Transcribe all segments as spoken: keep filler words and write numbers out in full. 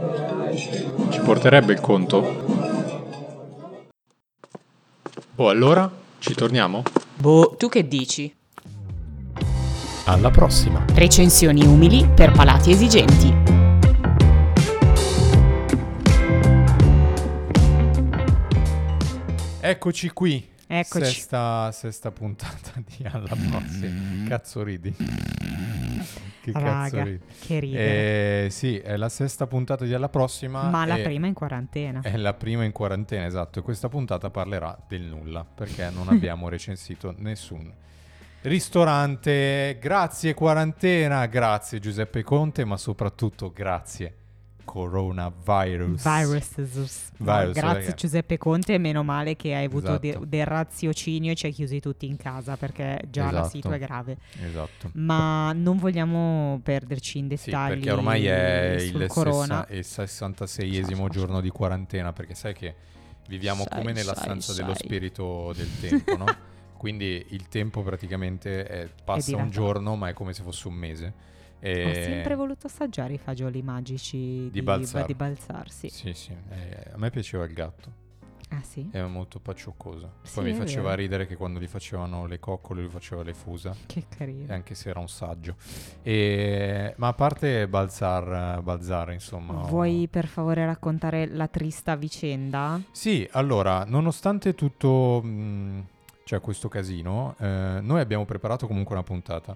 Ci porterebbe il conto? Oh, allora? Ci torniamo? Boh, tu che dici? Alla prossima! Recensioni umili per palati esigenti. Eccoci qui. Eccoci. Sesta, sesta puntata di Alla prossima. Cazzo ridi? Che Raga, cazzo ridi? che ridere. Eh, sì, è la sesta puntata di Alla prossima. Ma la e prima in quarantena. È la prima in quarantena, esatto. E questa puntata parlerà del nulla, perché non abbiamo recensito nessun ristorante. Grazie quarantena, grazie Giuseppe Conte, ma soprattutto grazie coronavirus. Viruses. No, Virus, grazie ragazzi. Giuseppe Conte, meno male che hai avuto Esatto. de- del raziocinio e ci hai chiusi tutti in casa, perché già la Esatto. situazione è grave. Esatto. Ma non vogliamo perderci in Sì, dettagli perché ormai è sul il, corona. sessa- il sessantaseiesimo giorno di quarantena, perché sai che viviamo Sai, come nella sai, stanza dello sai. spirito del tempo, no? Quindi il tempo praticamente è- passa un dilatato. giorno, ma è come se fosse un mese. E- Ho sempre voluto assaggiare i fagioli magici di, Balzar. di Balzarsi. Sì, sì, eh, a me piaceva il gatto, Ah sì? era molto pacioccoso. Sì, Poi mi è faceva vero. ridere che quando gli facevano le coccole lui faceva le fusa. Che carino. Anche se era un saggio. E- ma a parte Balzar, Balzar, insomma. ho- Vuoi per favore raccontare la trista vicenda? Sì, allora, nonostante tutto, mh, cioè questo casino, eh, noi abbiamo preparato comunque una puntata.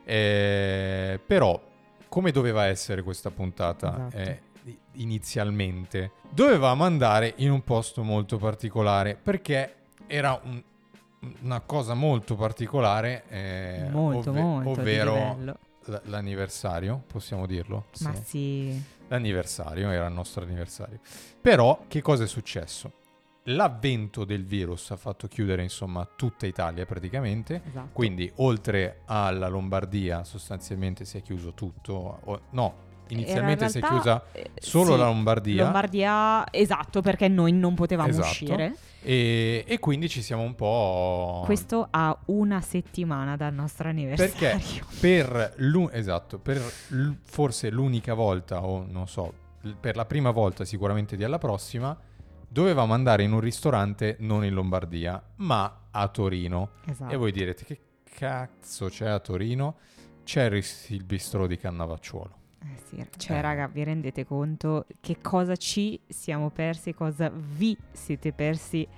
Eh, però, come doveva essere questa puntata? Esatto. eh, i- inizialmente, dovevamo andare in un posto molto particolare, perché era un- una cosa molto particolare, eh, molto, ovve- molto di ovvero livello. l- l'anniversario, possiamo dirlo? Ma Sì. sì. L'anniversario, era il nostro anniversario. Però, che cosa è successo? L'avvento del virus ha fatto chiudere, insomma, tutta Italia praticamente. Esatto. Quindi, oltre alla Lombardia, sostanzialmente si è chiuso tutto. O- no, inizialmente Era in si è realtà, chiusa eh, solo sì, la Lombardia. Lombardia, esatto, perché noi non potevamo Esatto. uscire. E, e quindi ci siamo un po'... Questo a una settimana dal nostro anniversario. Perché per, l'u- esatto, per l- forse l'unica volta, o non so, l- per la prima volta sicuramente di Alla prossima, dovevamo andare in un ristorante non in Lombardia, ma a Torino. Esatto. E voi direte, che cazzo c'è a Torino? C'è il, ris- il bistrò di Cannavacciuolo. Eh sì, cioè Eh. raga, vi rendete conto che cosa ci siamo persi, cosa vi siete persi?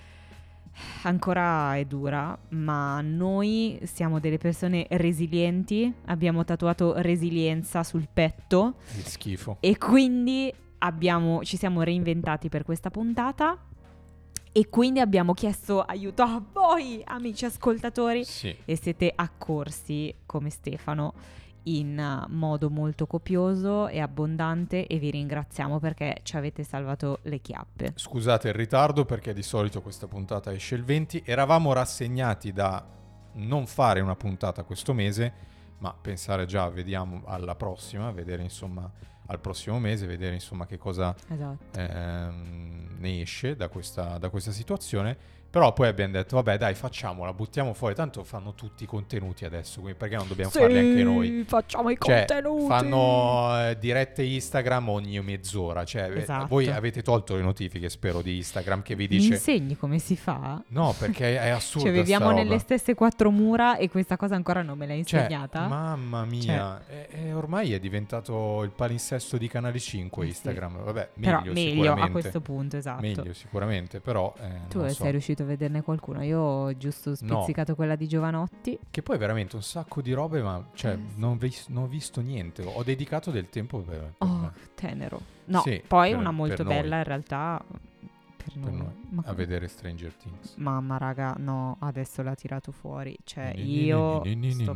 Ancora è dura, ma noi siamo delle persone resilienti, abbiamo tatuato resilienza sul petto Che schifo. e quindi abbiamo, ci siamo reinventati per questa puntata e quindi abbiamo chiesto aiuto a voi, amici ascoltatori, Sì. e siete accorsi come Stefano in uh, modo molto copioso e abbondante e vi ringraziamo perché ci avete salvato le chiappe. Scusate il ritardo, perché di solito questa puntata esce il venti. Eravamo rassegnati da non fare una puntata questo mese, ma pensare già, vediamo alla prossima, vedere insomma al prossimo mese, vedere insomma che cosa Esatto. ehm, ne esce da questa, da questa situazione. Però poi abbiamo detto, vabbè dai, facciamola, buttiamo fuori, tanto fanno tutti i contenuti adesso, quindi perché non dobbiamo farli anche noi? Facciamo i Cioè, contenuti. fanno eh, dirette Instagram ogni mezz'ora. Cioè, eh, Esatto. voi avete tolto le notifiche, spero, di Instagram che vi Mi dice... insegni come si fa? No, perché è assurdo. Cioè viviamo nelle stesse quattro mura e questa cosa ancora non me l'hai insegnata? Mamma mia, è- è- ormai è diventato il palinsesto di Canale cinque Eh sì. Instagram. Vabbè, Però meglio, meglio sicuramente. a questo punto, esatto. Meglio sicuramente, però eh, Tu non sei so. riuscito a vederne qualcuno? Io ho giusto spizzicato quella di Giovanotti. Che poi veramente un sacco di robe, ma cioè, Eh, sì. non, vis- non ho visto niente. Ho dedicato del tempo per, per Oh, me, tenero. No, Sì, poi per- una molto per noi. bella in realtà per per noi. noi, Ma a vedere Stranger Things. Mamma raga, no, adesso l'ha tirato fuori. Cioè io sto...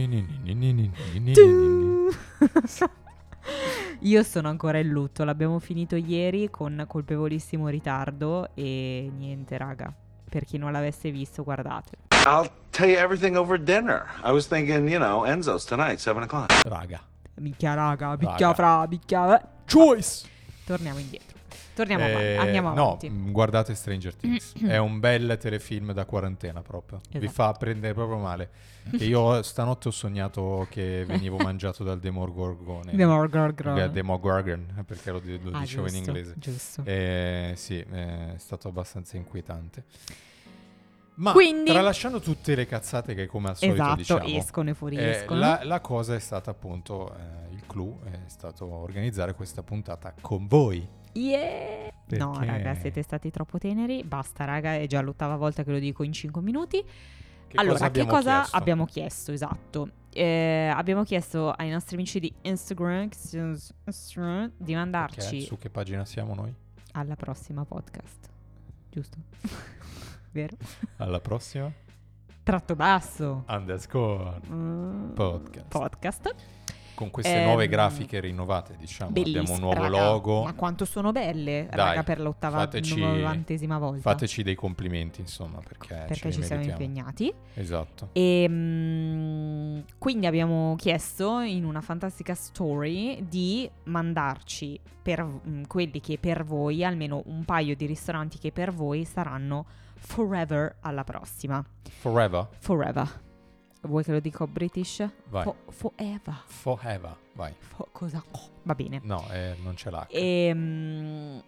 Io sono ancora in lutto, l'abbiamo finito ieri con colpevolissimo ritardo e niente raga, per chi non l'avesse visto guardate. I'll tell you everything over dinner. I was thinking, you know, Enzo's tonight, seven o'clock. Raga. Minchia raga, picchia Raga. fra, picchia... Choice! Torniamo indietro. torniamo Eh, avanti, andiamo no, avanti. mh, guardate Stranger Things. È un bel telefilm da quarantena proprio. Vi Esatto. fa prendere proprio male. Che io stanotte ho sognato che venivo mangiato dal Demogorgone. Demogorgon. Demogorgon, perché lo, lo Ah, dicevo giusto, in inglese. giusto. Eh, sì, è stato abbastanza inquietante. Ma Quindi- tralasciando tutte le cazzate che come al solito Esatto, diciamo, escono e fuori eh, escono. la, la cosa è stata appunto, eh, il clou è stato organizzare questa puntata con voi. Yeah! No, Perché- raga, siete stati troppo teneri. Basta, raga, è già l'ottava volta che lo dico in cinque minuti. Che allora, cosa abbiamo che cosa chiesto? abbiamo chiesto? Esatto. Eh, abbiamo chiesto ai nostri amici di Instagram di mandarci Perché? Su che pagina siamo noi? alla prossima podcast. Giusto? Vero? Alla prossima? Tratto basso. Underscore Mm, podcast. podcast. Con queste Ehm, nuove grafiche rinnovate, diciamo. Abbiamo un Bellissime, nuovo raga. logo. Ma quanto sono belle, Dai, raga, per l'ottava, fateci- novantesima volta. Fateci dei complimenti, insomma, perché, ce perché li ci siamo meritiamo. impegnati. Esatto. E mm, quindi abbiamo chiesto in una fantastica story di mandarci per mm, quelli che per voi, almeno un paio di ristoranti che per voi saranno forever alla prossima. Forever? Forever. Vuoi che lo dico British? Vai. Fo- forever. Forever, vai. Fo- cosa? Oh, va bene. No, eh, non ce l'ha. E, mm,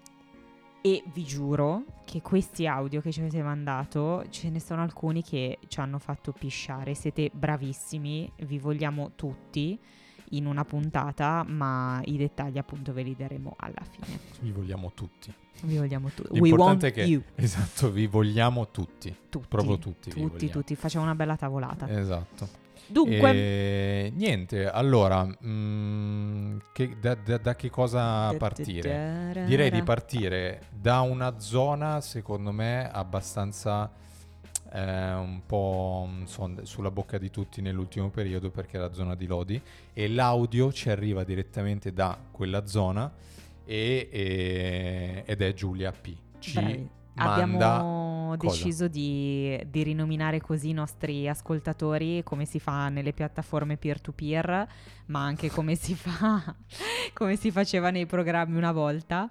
e vi giuro che questi audio che ci avete mandato, ce ne sono alcuni che ci hanno fatto pisciare. Siete bravissimi, vi vogliamo tutti in una puntata, ma i dettagli appunto ve li daremo alla fine. Vi vogliamo tutti. Vi vogliamo tutti. We want L'importante è che you. esatto, vi vogliamo tutti. Tutti. Proprio tutti. vi Tutti, vogliamo. tutti. Facciamo una bella tavolata. Esatto. Dunque, E, niente, allora, mm, che- da, da- da che cosa partire? Direi di partire da una zona, secondo me, abbastanza eh, un po' insomma, sulla bocca di tutti nell'ultimo periodo, perché è la zona di Lodi, e l'audio ci arriva direttamente da quella zona e, e- ed è Giulia P. Ci Bravi. manda Abbiamo cosa? deciso di, di rinominare così i nostri ascoltatori, come si fa nelle piattaforme peer-to-peer, ma anche come si fa, come si faceva nei programmi una volta.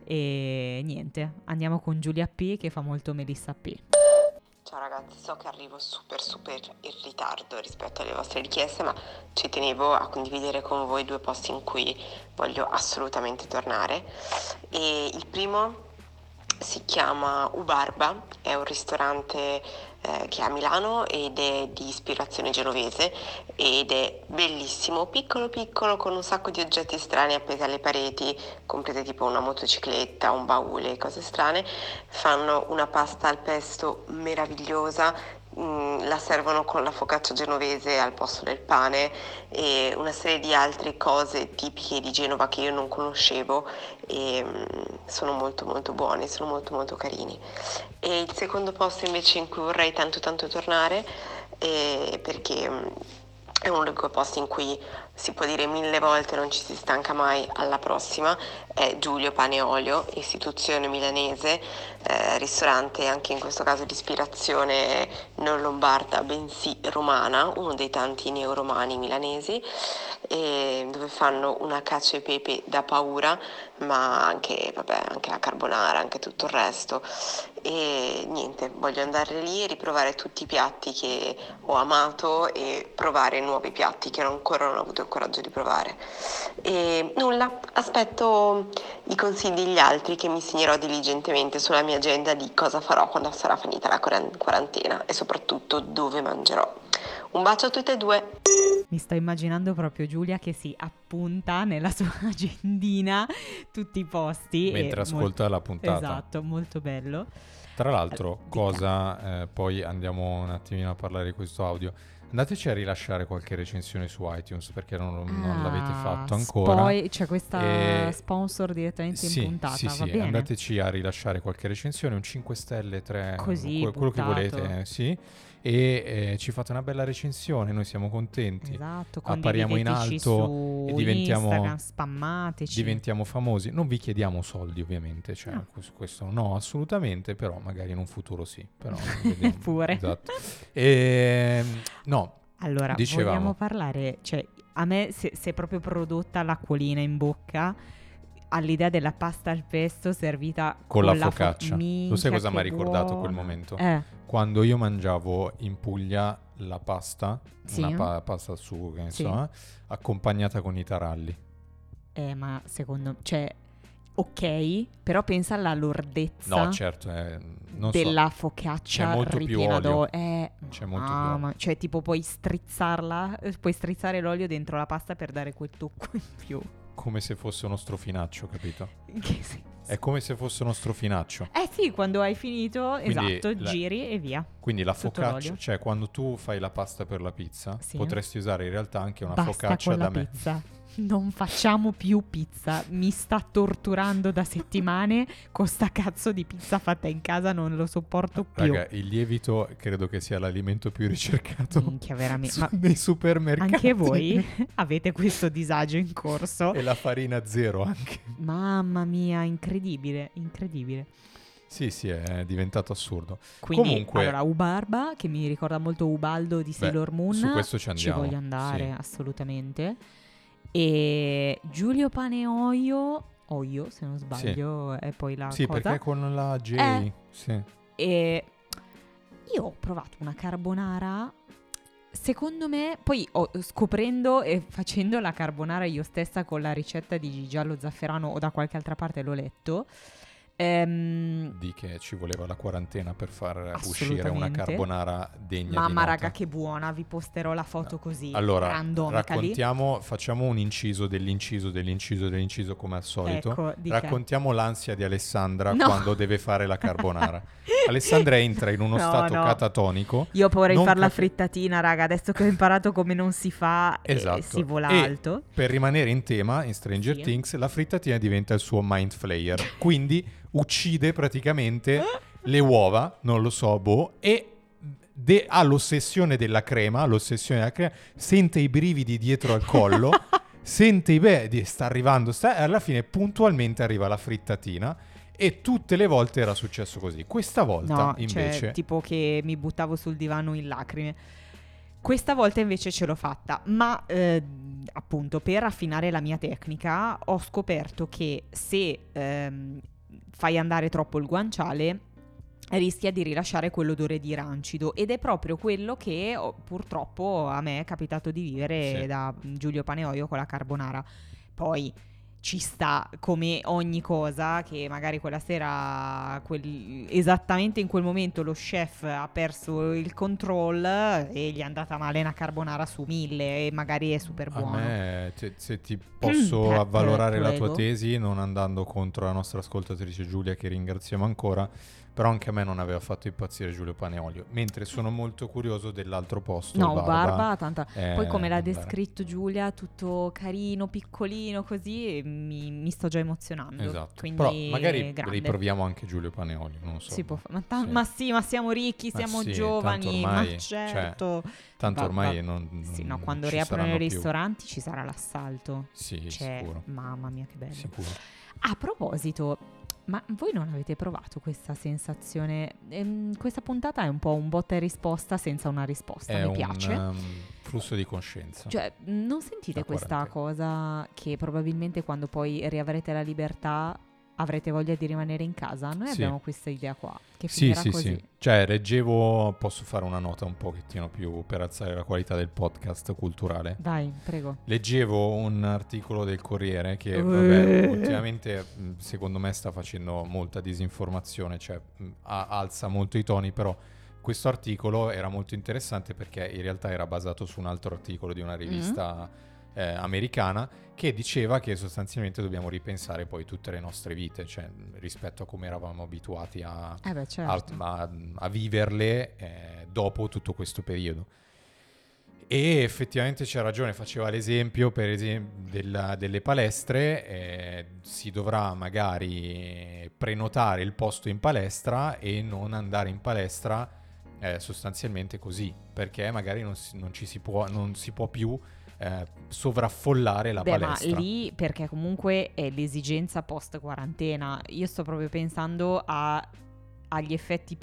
E niente, andiamo con Giulia P, che fa molto Melissa P. Ciao ragazzi, so che arrivo super super in ritardo rispetto alle vostre richieste, ma ci tenevo a condividere con voi due posti in cui voglio assolutamente tornare. E il primo si chiama Ubarba, è un ristorante eh, che è a Milano ed è di ispirazione genovese ed è bellissimo, piccolo piccolo, con un sacco di oggetti strani appesi alle pareti, comprese tipo una motocicletta, un baule, cose strane. Fanno una pasta al pesto meravigliosa, mm, la servono con la focaccia genovese al posto del pane e una serie di altre cose tipiche di Genova che io non conoscevo e mm, sono molto molto buoni, sono molto molto carini. E il secondo posto invece in cui vorrei tanto tanto tornare è perché mm, è uno dei quei posti in cui si può dire mille volte non ci si stanca mai, alla prossima, è Giulio Pane e Olio, istituzione milanese, eh, ristorante anche in questo caso di ispirazione non lombarda bensì romana, uno dei tanti neoromani milanesi, e dove fanno una cacio e pepe da paura, ma anche, vabbè, anche la carbonara, anche tutto il resto. E niente, voglio andare lì e riprovare tutti i piatti che ho amato e provare nuovi piatti che ancora non ho avuto il coraggio di provare. E nulla, aspetto i consigli degli altri che mi segnerò diligentemente sulla mia agenda di cosa farò quando sarà finita la quaran- quarantena e soprattutto dove mangerò. Un bacio a tutte e due! Mi sto immaginando proprio Giulia che si appunta nella sua agendina tutti i posti. mentre e ascolta mol- la puntata. Esatto, molto bello. Tra l'altro, Dica. cosa, eh, poi andiamo un attimino a parlare di questo audio. Andateci a rilasciare qualche recensione su iTunes perché non, non Ah, l'avete fatto ancora. Poi c'è questa E- sponsor direttamente sì, in puntata, sì, va sì, bene? andateci a rilasciare qualche recensione, un cinque stelle, tre, Così, que- quello che buttato. volete, eh, sì. E eh, ci fate una bella recensione, noi siamo contenti. Esatto, appariamo in condivideteci alto su e diventiamo- Instagram, spammateci. Diventiamo famosi, non vi chiediamo soldi ovviamente, cioè No. questo, questo no assolutamente, però magari in un futuro sì, però vediamo. Pure. Esatto. E, no, Allora, Dicevamo. vogliamo parlare, cioè, a me se, se è proprio prodotta l'acquolina in bocca, all'idea della pasta al pesto servita con, con, la focaccia. Fo- Lo sai cosa mi ha che ricordato buona. quel momento? Eh, Quando io mangiavo in Puglia la pasta, Sì. una pa- pasta al sugo, che ne Sì. so, eh, accompagnata con i taralli. eh, ma secondo cioè, ok, però pensa alla lordezza No, certo, eh, non della so. focaccia C'è molto più ripiena olio. d'olio. Eh, C'è molto più mamma, olio. cioè tipo puoi strizzarla, eh, puoi strizzare l'olio dentro la pasta per dare quel tocco in più. Come se fosse uno strofinaccio, capito? In che senso? È come se fosse uno strofinaccio. Eh sì, quando hai finito, Quindi esatto, la- giri e via. Quindi la Tutto focaccia, l'olio. cioè quando tu fai la pasta per la pizza, Sì. potresti usare in realtà anche una Basta focaccia con da la me. pizza. Non facciamo più pizza. Mi sta torturando da settimane con sta cazzo di pizza fatta in casa, non lo sopporto più. Raga, il lievito credo che sia l'alimento più ricercato Minchia, veramente. su- Ma nei supermercati. anche voi avete questo disagio in corso? E la farina zero anche. Mamma mia, incredibile, incredibile. Sì, sì, è diventato assurdo. Quindi, Comunque- allora, Ubarba, che mi ricorda molto Ubaldo di Sailor Moon. su questo ci andiamo, voglio andare, sì. assolutamente. E Giulio Paneoio, Oio, se non sbaglio, è poi la Sì, cosa. perché con la J, Eh. sì. E io ho provato una carbonara. Secondo me, poi ho- scoprendo e facendo la carbonara io stessa con la ricetta di Giallo Zafferano o da qualche altra parte l'ho letto. ehm, Di che ci voleva la quarantena per far uscire una Assolutamente. carbonara degna di Mamma nota. raga, che buona, vi posterò la foto così. Allora, randomically. raccontiamo, facciamo un inciso dell'inciso dell'inciso dell'inciso come al solito. Ecco, di che? Raccontiamo l'ansia di Alessandra No. quando deve fare la carbonara. Alessandra entra in uno No, stato no. catatonico. Io ho paura di non fare la capi- frittatina, raga. Adesso che ho imparato come non si fa, e Esatto. si vola E alto. per rimanere in tema, in Stranger Sì. Things, la frittatina diventa il suo mind flayer. Quindi uccide praticamente le uova, non lo so, boh, e de- ha l'ossessione della crema, l'ossessione della crema, sente i brividi dietro al collo, sente i beh, di- sta arrivando, sta, e alla fine puntualmente arriva la frittatina. E tutte le volte era successo così. Questa volta No, invece cioè, tipo che mi buttavo sul divano in lacrime. Questa volta invece ce l'ho fatta, ma eh, appunto per affinare la mia tecnica ho scoperto che se ehm, fai andare troppo il guanciale rischia di rilasciare quell'odore di rancido ed è proprio quello che oh, purtroppo a me è capitato di vivere Sì. da Giulio Paneoio con la carbonara. Poi ci sta come ogni cosa che magari quella sera quel- esattamente in quel momento lo chef ha perso il control e gli è andata male una carbonara su mille e magari è super a buona. me, se, se ti posso Mm, avvalorare la tua prego. tesi, non andando contro la nostra ascoltatrice Giulia, che ringraziamo ancora, però anche a me non aveva fatto impazzire Giulio Paneolio, mentre sono molto curioso dell'altro posto. No, Barba, Barba, tanta. eh, Poi come l'ha andare. descritto Giulia, tutto carino, piccolino, così mi, mi sto già emozionando. Esatto, Quindi però magari grande. riproviamo anche Giulio Paneolio, non so. Si può fa- ma, ta- Sì. ma sì, ma siamo ricchi, Ma siamo sì, giovani, tanto ormai, ma cioè, certo. Tanto Va- ormai va- non, Sì, no, non quando ci riaprono i saranno più. ristoranti ci sarà l'assalto. Sì, Cioè, sicuro, mamma mia che bello. sicuro. A proposito, ma voi non avete provato questa sensazione? Ehm, questa puntata è un po' un botta e risposta senza una risposta, È mi un piace. um, flusso di coscienza. Cioè, non sentite La questa cosa che probabilmente quando poi riavrete la libertà avrete voglia di rimanere in casa? Noi Sì. abbiamo questa idea qua, che Sì, finirà sì, così. sì. Cioè, leggevo, posso fare una nota un pochettino più per alzare la qualità del podcast culturale. Dai, prego. Leggevo un articolo del Corriere che, Eh. vabbè, ultimamente mh, secondo me sta facendo molta disinformazione, cioè mh, a- alza molto i toni, però questo articolo era molto interessante perché in realtà era basato su un altro articolo di una rivista eh, americana che diceva che sostanzialmente dobbiamo ripensare poi tutte le nostre vite, cioè mh, rispetto a come eravamo abituati a, Eh beh, certo. a, a- a viverle eh, dopo tutto questo periodo. E effettivamente c'è ragione, faceva l'esempio per esempio della- delle palestre, eh, si dovrà magari prenotare il posto in palestra e non andare in palestra eh, sostanzialmente così, perché magari non, si- non ci si può, non si può più eh, sovraffollare la Beh, palestra. ma lì perché comunque è l'esigenza post quarantena. Io sto proprio pensando a- agli effetti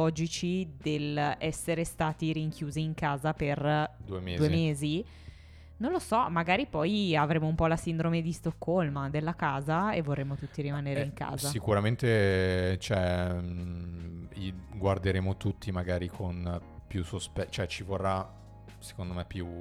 psicologici del essere stati rinchiusi in casa per Due mesi. due mesi, Non lo so, magari poi avremo un po' la sindrome di Stoccolma della casa e vorremmo tutti rimanere Eh, in casa. Sicuramente, cioè, mh, i- guarderemo tutti magari con più sospe... Cioè ci vorrà, secondo me, più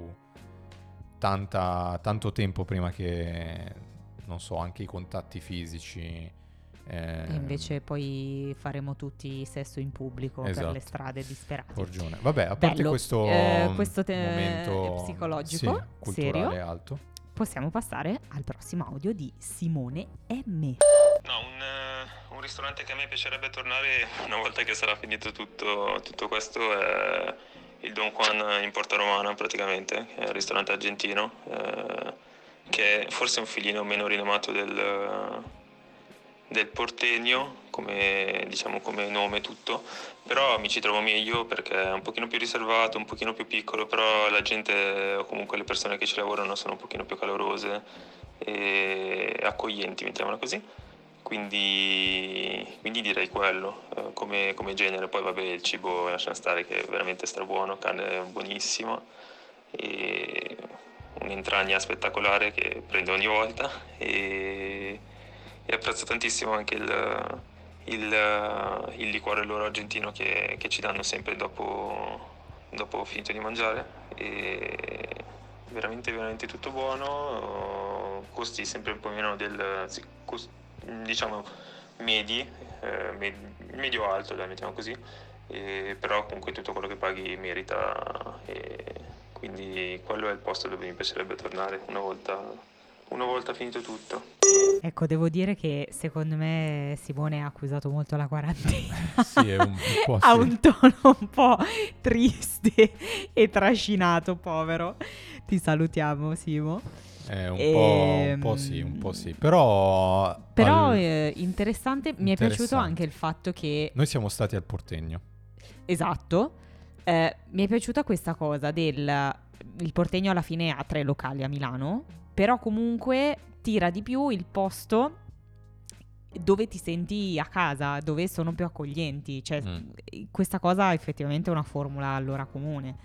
tanta, tanto tempo prima che, non so, anche i contatti fisici... eh, E invece poi faremo tutti sesso in pubblico Esatto. per le strade disperate. Porgione. Vabbè, a parte Bello. questo, Eh, mh, questo te- momento psicologico, sì, culturale serio. alto. Possiamo passare al prossimo audio di Simone M. No, un, eh, un ristorante che a me piacerebbe tornare una volta che sarà finito tutto, tutto questo è il Don Juan in Porta Romana, praticamente, che è un ristorante argentino, eh, che è forse un filino meno rinomato del, del Portegno, come, diciamo, come nome tutto, però mi ci trovo meglio perché è un pochino più riservato, un pochino più piccolo, però la gente o comunque le persone che ci lavorano sono un pochino più calorose e accoglienti, mettiamola così. Quindi, quindi direi quello eh, come, come genere. Poi vabbè, il cibo lascia stare che è veramente strabuono, carne buonissima e un'intragna spettacolare che prendo ogni volta e, e apprezzo tantissimo anche il, il, il liquore loro argentino che, che ci danno sempre dopo, dopo finito di mangiare. E veramente veramente tutto buono, costi sempre un po' meno del sì, cost, diciamo medi, eh, med- medio alto, dai, mettiamo così, e, però comunque tutto quello che paghi merita, e quindi quello è il posto dove mi piacerebbe tornare una volta, una volta finito tutto. Ecco, devo dire che secondo me Simone ha accusato molto la quarantena. Sì, è un, un po' Ha sì. un tono un po' triste e trascinato, povero. Ti salutiamo, Simo. Eh, un, Ehm, po', un po' sì, un po' sì. Però, Però al- eh, interessante, mi è piaciuto Interessante. anche il fatto che... noi siamo stati al Portegno. Esatto, eh, mi è piaciuta questa cosa del... Il Portegno alla fine ha tre locali a Milano, però comunque tira di più il posto dove ti senti a casa, dove sono più accoglienti. Cioè, Mm. questa cosa effettivamente è una formula allora comune.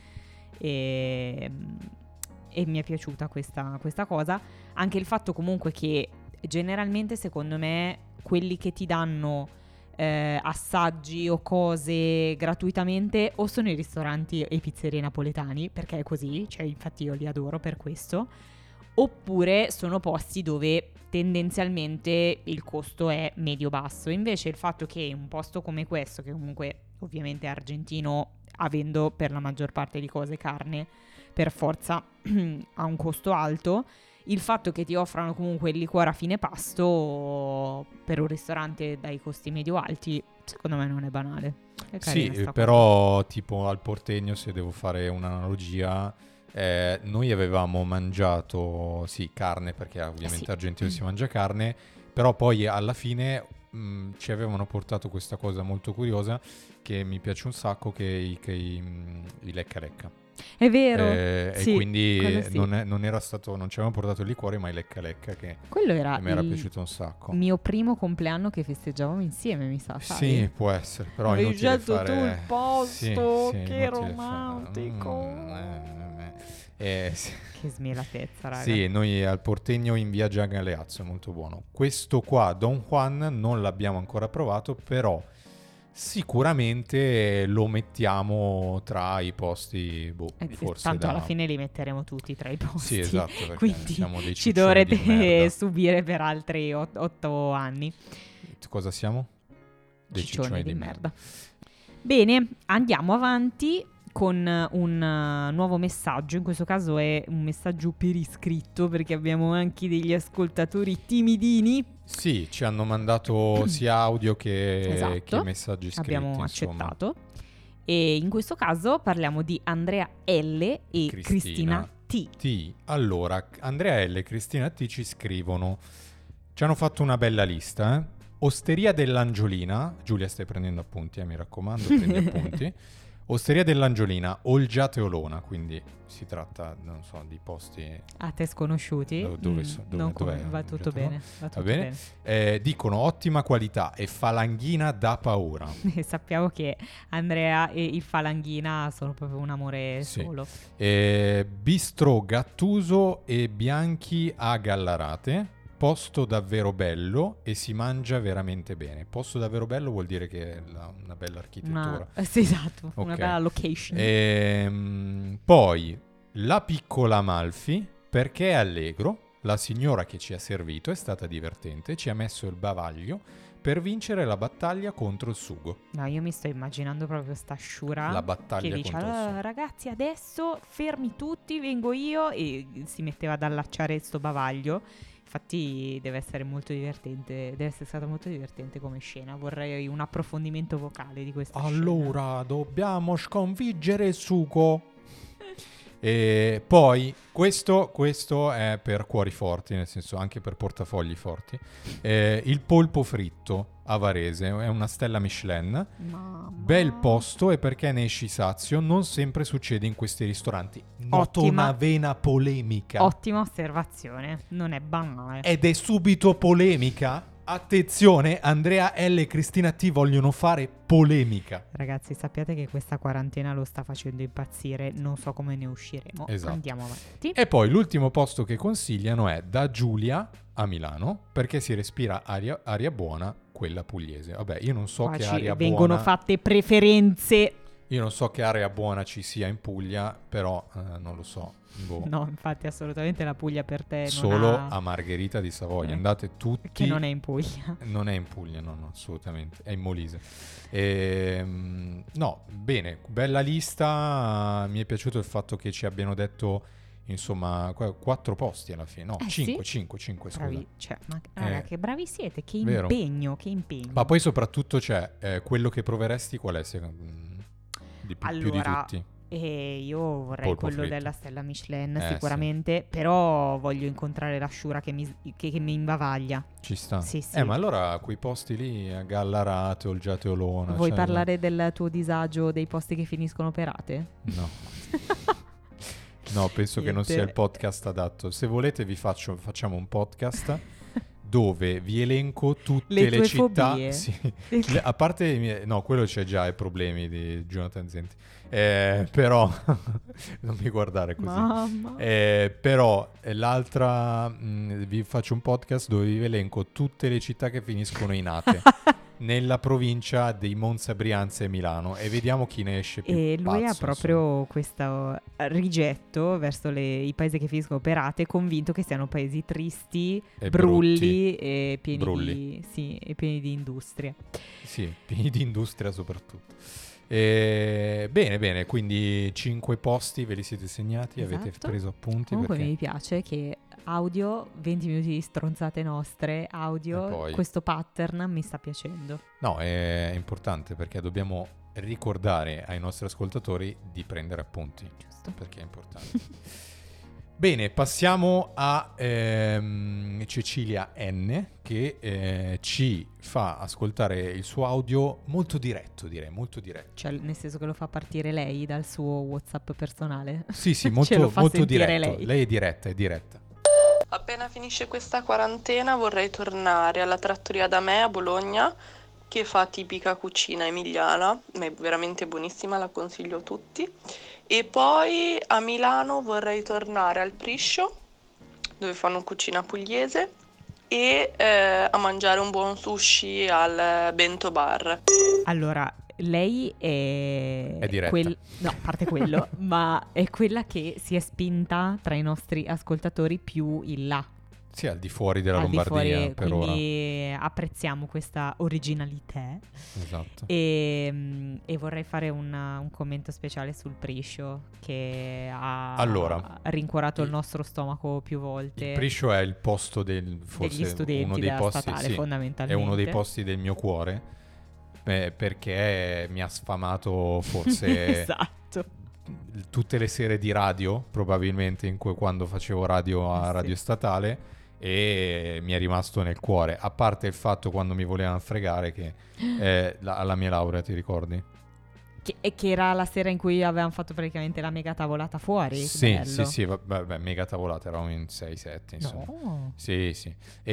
E, e mi è piaciuta questa, questa cosa. Anche il fatto comunque che generalmente, secondo me, quelli che ti danno eh, assaggi o cose gratuitamente o sono i ristoranti e pizzerie napoletani, perché è così, cioè infatti io li adoro per questo, oppure sono posti dove tendenzialmente il costo è medio-basso. Invece il fatto che un posto come questo, che comunque ovviamente è argentino, avendo per la maggior parte di cose carne, per forza ha un costo alto, il fatto che ti offrano comunque il liquore a fine pasto per un ristorante dai costi medio-alti, secondo me non è banale. È carina Sì, sta però tipo al Portegno, se devo fare un'analogia, eh, noi avevamo mangiato, sì, carne, perché ovviamente sì. argentino si mangia carne, però poi alla fine mh, ci avevano portato questa cosa molto curiosa che mi piace un sacco, che i, che i, mh, i lecca lecca. È vero. Eh, sì, e quindi quello sì. non, è- non era stato, non ci avevamo portato il liquore, ma i lecca lecca, che, Quello era che mi era il piaciuto un sacco. mio primo compleanno che festeggiavamo insieme, mi sa, sai? Sì, può essere, però è Avevi inutile scelto fare... tu il posto, Sì, sì, che inutile romantico. fare- Mm, eh, eh, eh, sì. Che smelatezza, raga. Sì, noi al Portegno in via Gian Galeazzo, è molto buono. Questo qua, Don Juan, non l'abbiamo ancora provato, però sicuramente lo mettiamo tra i posti, boh, Eh, forse tanto da... alla fine li metteremo tutti tra i posti. Sì, esatto, perché Quindi siamo dei ci ciccioni dovrete di merda. subire per altri ot- otto anni. Cosa siamo? Dei Ciccioni di merda. Bene, andiamo avanti con un uh, nuovo messaggio. In questo caso è un messaggio per iscritto, perché abbiamo anche degli ascoltatori timidini. Sì, ci hanno mandato sia audio che, Esatto. che messaggi scritti. Abbiamo insomma. accettato. E in questo caso parliamo di Andrea L e Cristina. Cristina T. T. Allora, Andrea L e Cristina T ci scrivono. Ci hanno fatto una bella lista, eh? Osteria dell'Angiolina. Giulia, stai prendendo appunti, eh, mi raccomando, prendi appunti. Osteria dell'Angiolina, Olgiate Olona, quindi si tratta, non so, di posti A te sconosciuti? Do- dove Mm, so- dove- non dov'è? come- va tutto Olgiate Olona? bene. Va tutto Va bene? Eh, dicono ottima qualità e falanghina da paura. bene. Sappiamo che Andrea e il Falanghina sono proprio un amore Sì. solo. Eh, Bistro Gattuso e Bianchi a Gallarate. Posto davvero bello e si mangia veramente bene. Posto davvero bello vuol dire che è la- una bella architettura. Una, eh, sì, esatto, una Ok. bella location. Ehm, poi la piccola Amalfi, perché è allegro. La signora che ci ha servito è stata divertente, ci ha messo il bavaglio per vincere la battaglia contro il sugo. No, io mi sto immaginando proprio sta sciura La battaglia che dice: contro il "Allora, sugo. ragazzi, adesso fermi tutti, vengo io", e si metteva ad allacciare sto bavaglio. Infatti deve essere molto divertente, deve essere stata molto divertente come scena. Vorrei un approfondimento vocale di questa scena. Allora, dobbiamo sconfiggere il sugo. E poi questo, questo è per cuori forti, nel senso anche per portafogli forti. Eh, il polpo fritto a Varese è una stella Michelin. Mamma. Bel posto, e perché ne esci sazio non sempre succede in questi ristoranti. Noto Ottima. una vena polemica. Ottima osservazione, non è banale. Ed è subito polemica. Attenzione, Andrea L e Cristina T vogliono fare polemica. Ragazzi, sappiate che questa quarantena lo sta facendo impazzire, non so come ne usciremo. Esatto. Andiamo avanti. E poi l'ultimo posto che consigliano è da Giulia a Milano, perché si respira aria, aria buona, quella pugliese. Vabbè, io non so Qua che ci aria vengono buona fatte preferenze. Io non so che area buona ci sia in Puglia, però eh, non lo so. Boh. No, infatti assolutamente la Puglia per te non Solo ha... a Margherita di Savoia. Eh. Andate tutti. Che non è in Puglia. Non è in Puglia, no, no, assolutamente. È in Molise. Ehm, no, bene, bella lista. Mi è piaciuto il fatto che ci abbiano detto, insomma, qu- quattro posti alla fine. No, Eh, cinque, sì? cinque, cinque, scusa. Bravi, cioè, ma raga, Eh. che bravi siete, che Vero. impegno, che impegno. Ma poi soprattutto c'è eh, quello che proveresti qual è secondo mm, di più, più di Allora, tutti? E io vorrei Polpo quello fritto. della stella Michelin Eh, sicuramente, però voglio incontrare la sciura che mi, che, che mi imbavaglia. Ci sta. Sì, sì. Eh, ma allora quei posti lì, a Gallarate, Olgiate Olona. Vuoi cioè, parlare del tuo disagio dei posti che finiscono per ate? No. No, penso che non Niente. sia il podcast adatto. Se volete vi faccio, facciamo un podcast dove vi elenco tutte Le le, tue città. fobie. Sì. Le- a parte i miei, no, quello c'è già i problemi di Jonathan Zenti. Eh, però non mi guardare così. Mamma. Eh, però eh, l'altra mh, vi faccio un podcast dove vi elenco tutte le città che finiscono in ate nella provincia di Monza, Brianza e Milano, e vediamo chi ne esce più E lui pazzo, ha proprio questo rigetto verso le- i paesi che finiscono per ate, convinto che siano paesi tristi, E brulli brutti. e pieni, Brulli. Di, sì, e pieni di industria. insomma. Sì, pieni di industria soprattutto. E, bene, bene, quindi cinque posti ve li siete segnati, avete Esatto. preso appunti Comunque perché mi piace che audio, venti minuti di stronzate nostre, audio, E poi- questo pattern mi sta piacendo. no, è importante perché dobbiamo ricordare ai nostri ascoltatori di prendere appunti, Giusto. perché è importante. Bene, passiamo a ehm, Cecilia N, che eh, ci fa ascoltare il suo audio molto diretto, direi, molto diretto. Cioè, nel senso che lo fa partire lei dal suo WhatsApp personale. Sì, sì, Ce molto, lo fa molto sentire diretto. lei. Lei è diretta, è diretta. Appena finisce questa quarantena vorrei tornare alla trattoria da me a Bologna, che fa tipica cucina emiliana, ma è veramente buonissima, la consiglio a tutti. E poi a Milano vorrei tornare al Priscio, dove fanno cucina pugliese, e eh, a mangiare un buon sushi al Bento Bar. Allora, lei è... È diretta. quel- No, a parte quello, ma è quella che si è spinta tra i nostri ascoltatori più in là. Sì, al di fuori della al di Lombardia fuori, per ora. quindi apprezziamo questa originalità. Esatto. E, mm, e vorrei fare un, un commento speciale sul Priscio, che ha Allora, rincuorato il il- nostro stomaco più volte. Il Priscio è il posto del forse degli studenti uno dei della posti, statale, sì, è fondamentalmente. uno dei posti del mio cuore, eh, perché mi ha sfamato forse Esatto. tutte le sere di radio, probabilmente in cui, quando facevo radio a Eh sì. Radio Statale, e mi è rimasto nel cuore, a parte il fatto quando mi volevano fregare che eh, la- alla mia laurea, ti ricordi? Che, e che era la sera in cui avevamo fatto praticamente la mega tavolata fuori. Sì, bello. sì, sì, vabbè, mega tavolata, eravamo in sei sette, insomma. No. Sì, sì.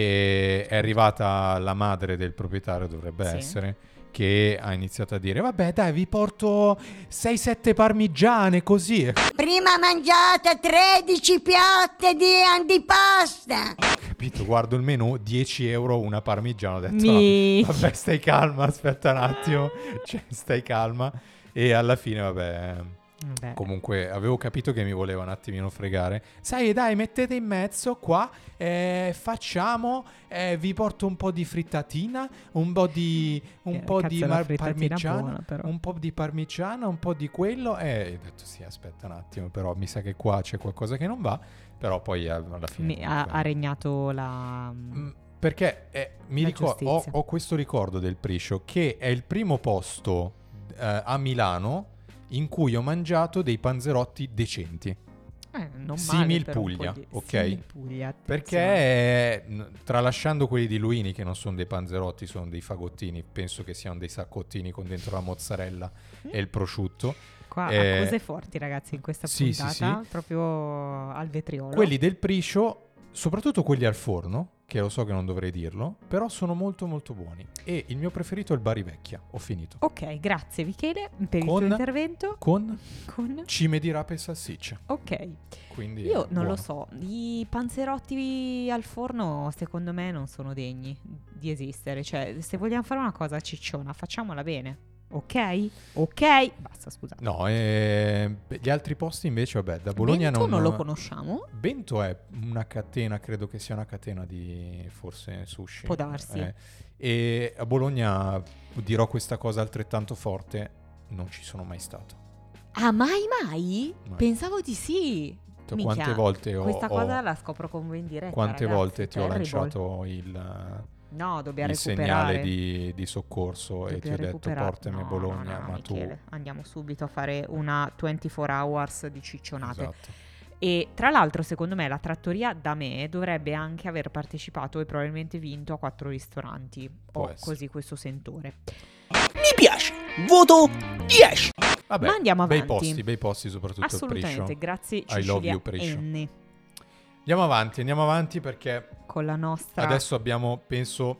E è arrivata la madre del proprietario, dovrebbe Sì. essere, che ha iniziato a dire, vabbè dai, vi porto sei sette parmigiane, così. Prima mangiate tredici piatte di antipasta. Capito, guardo il menù, dieci euro una parmigiana, ho detto, Mi- no, vabbè, stai calma, aspetta un attimo, cioè, stai calma. E alla fine, vabbè, Vabbè. comunque avevo capito che mi voleva un attimino fregare. Sai, dai, mettete in mezzo qua, eh, facciamo, eh, vi porto un po' di frittatina, un po' di, un Eh, po' cazzo, di la mar- frittatina parmigiana, buona, però. un po' di parmigiana, un po' di quello. E ho detto, sì, aspetta un attimo, però mi sa che qua c'è qualcosa che non va. Però poi eh, alla fine... Mi- ha, comunque- ha regnato la... Mm, Perché eh, mi La ricor- ho, giustizia. ho questo ricordo del Priscio, che è il primo posto eh, a Milano in cui ho mangiato dei panzerotti decenti. Eh, non Simil male per un po' Puglia, di- ok? Simil Puglia, attenzione. Perché eh, n- tralasciando quelli di Luini, che non sono dei panzerotti, sono dei fagottini, penso che siano dei saccottini con dentro la mozzarella Mm. e il prosciutto. Qua eh, accuse forti, ragazzi, in questa sì, sì, puntata, sì. proprio al vetriolo. Quelli del Priscio, soprattutto quelli al forno, che lo so che non dovrei dirlo, però sono molto molto buoni. E il mio preferito è il Bari Vecchia. Ho finito. Ok, grazie Michele per il Con- tuo intervento. Con Con... cime di rape e salsiccia. Ok, Quindi io è non buono. lo so, i panzerotti al forno secondo me non sono degni di esistere. Cioè, se vogliamo fare una cosa cicciona, facciamola bene. Ok? Ok? Basta, scusate. No, eh, gli altri posti invece, vabbè, da Bologna Bento non... non lo conosciamo. Bento è una catena, credo che sia una catena di forse sushi. Può darsi. Eh, e a Bologna dirò questa cosa altrettanto forte, non ci sono mai stato. Ah, mai mai? Mai. Pensavo di sì. Tu Minchia, quante volte ho... Questa ho- cosa la scopro con voi in diretta. quante ragazzi, volte ti ho terrible. lanciato il... No, dobbiamo il recuperare. segnale di, di soccorso e ti ho Dobbiamo detto recuperare. portami a No, Bologna, no, no, ma Michele, andiamo subito a fare una ventiquattro hours di tu... ciccionate. Esatto. E tra l'altro, secondo me, la trattoria da me dovrebbe anche aver partecipato e probabilmente vinto a quattro ristoranti. Può Ho essere. così questo sentore. Mi piace, voto dieci. Vabbè, Ma andiamo bei avanti. posti, bei posti soprattutto il Assolutamente, Priscio. grazie I love Cecilia you, Priscio. Enni. Andiamo avanti, andiamo avanti perché Con la nostra... adesso abbiamo, penso,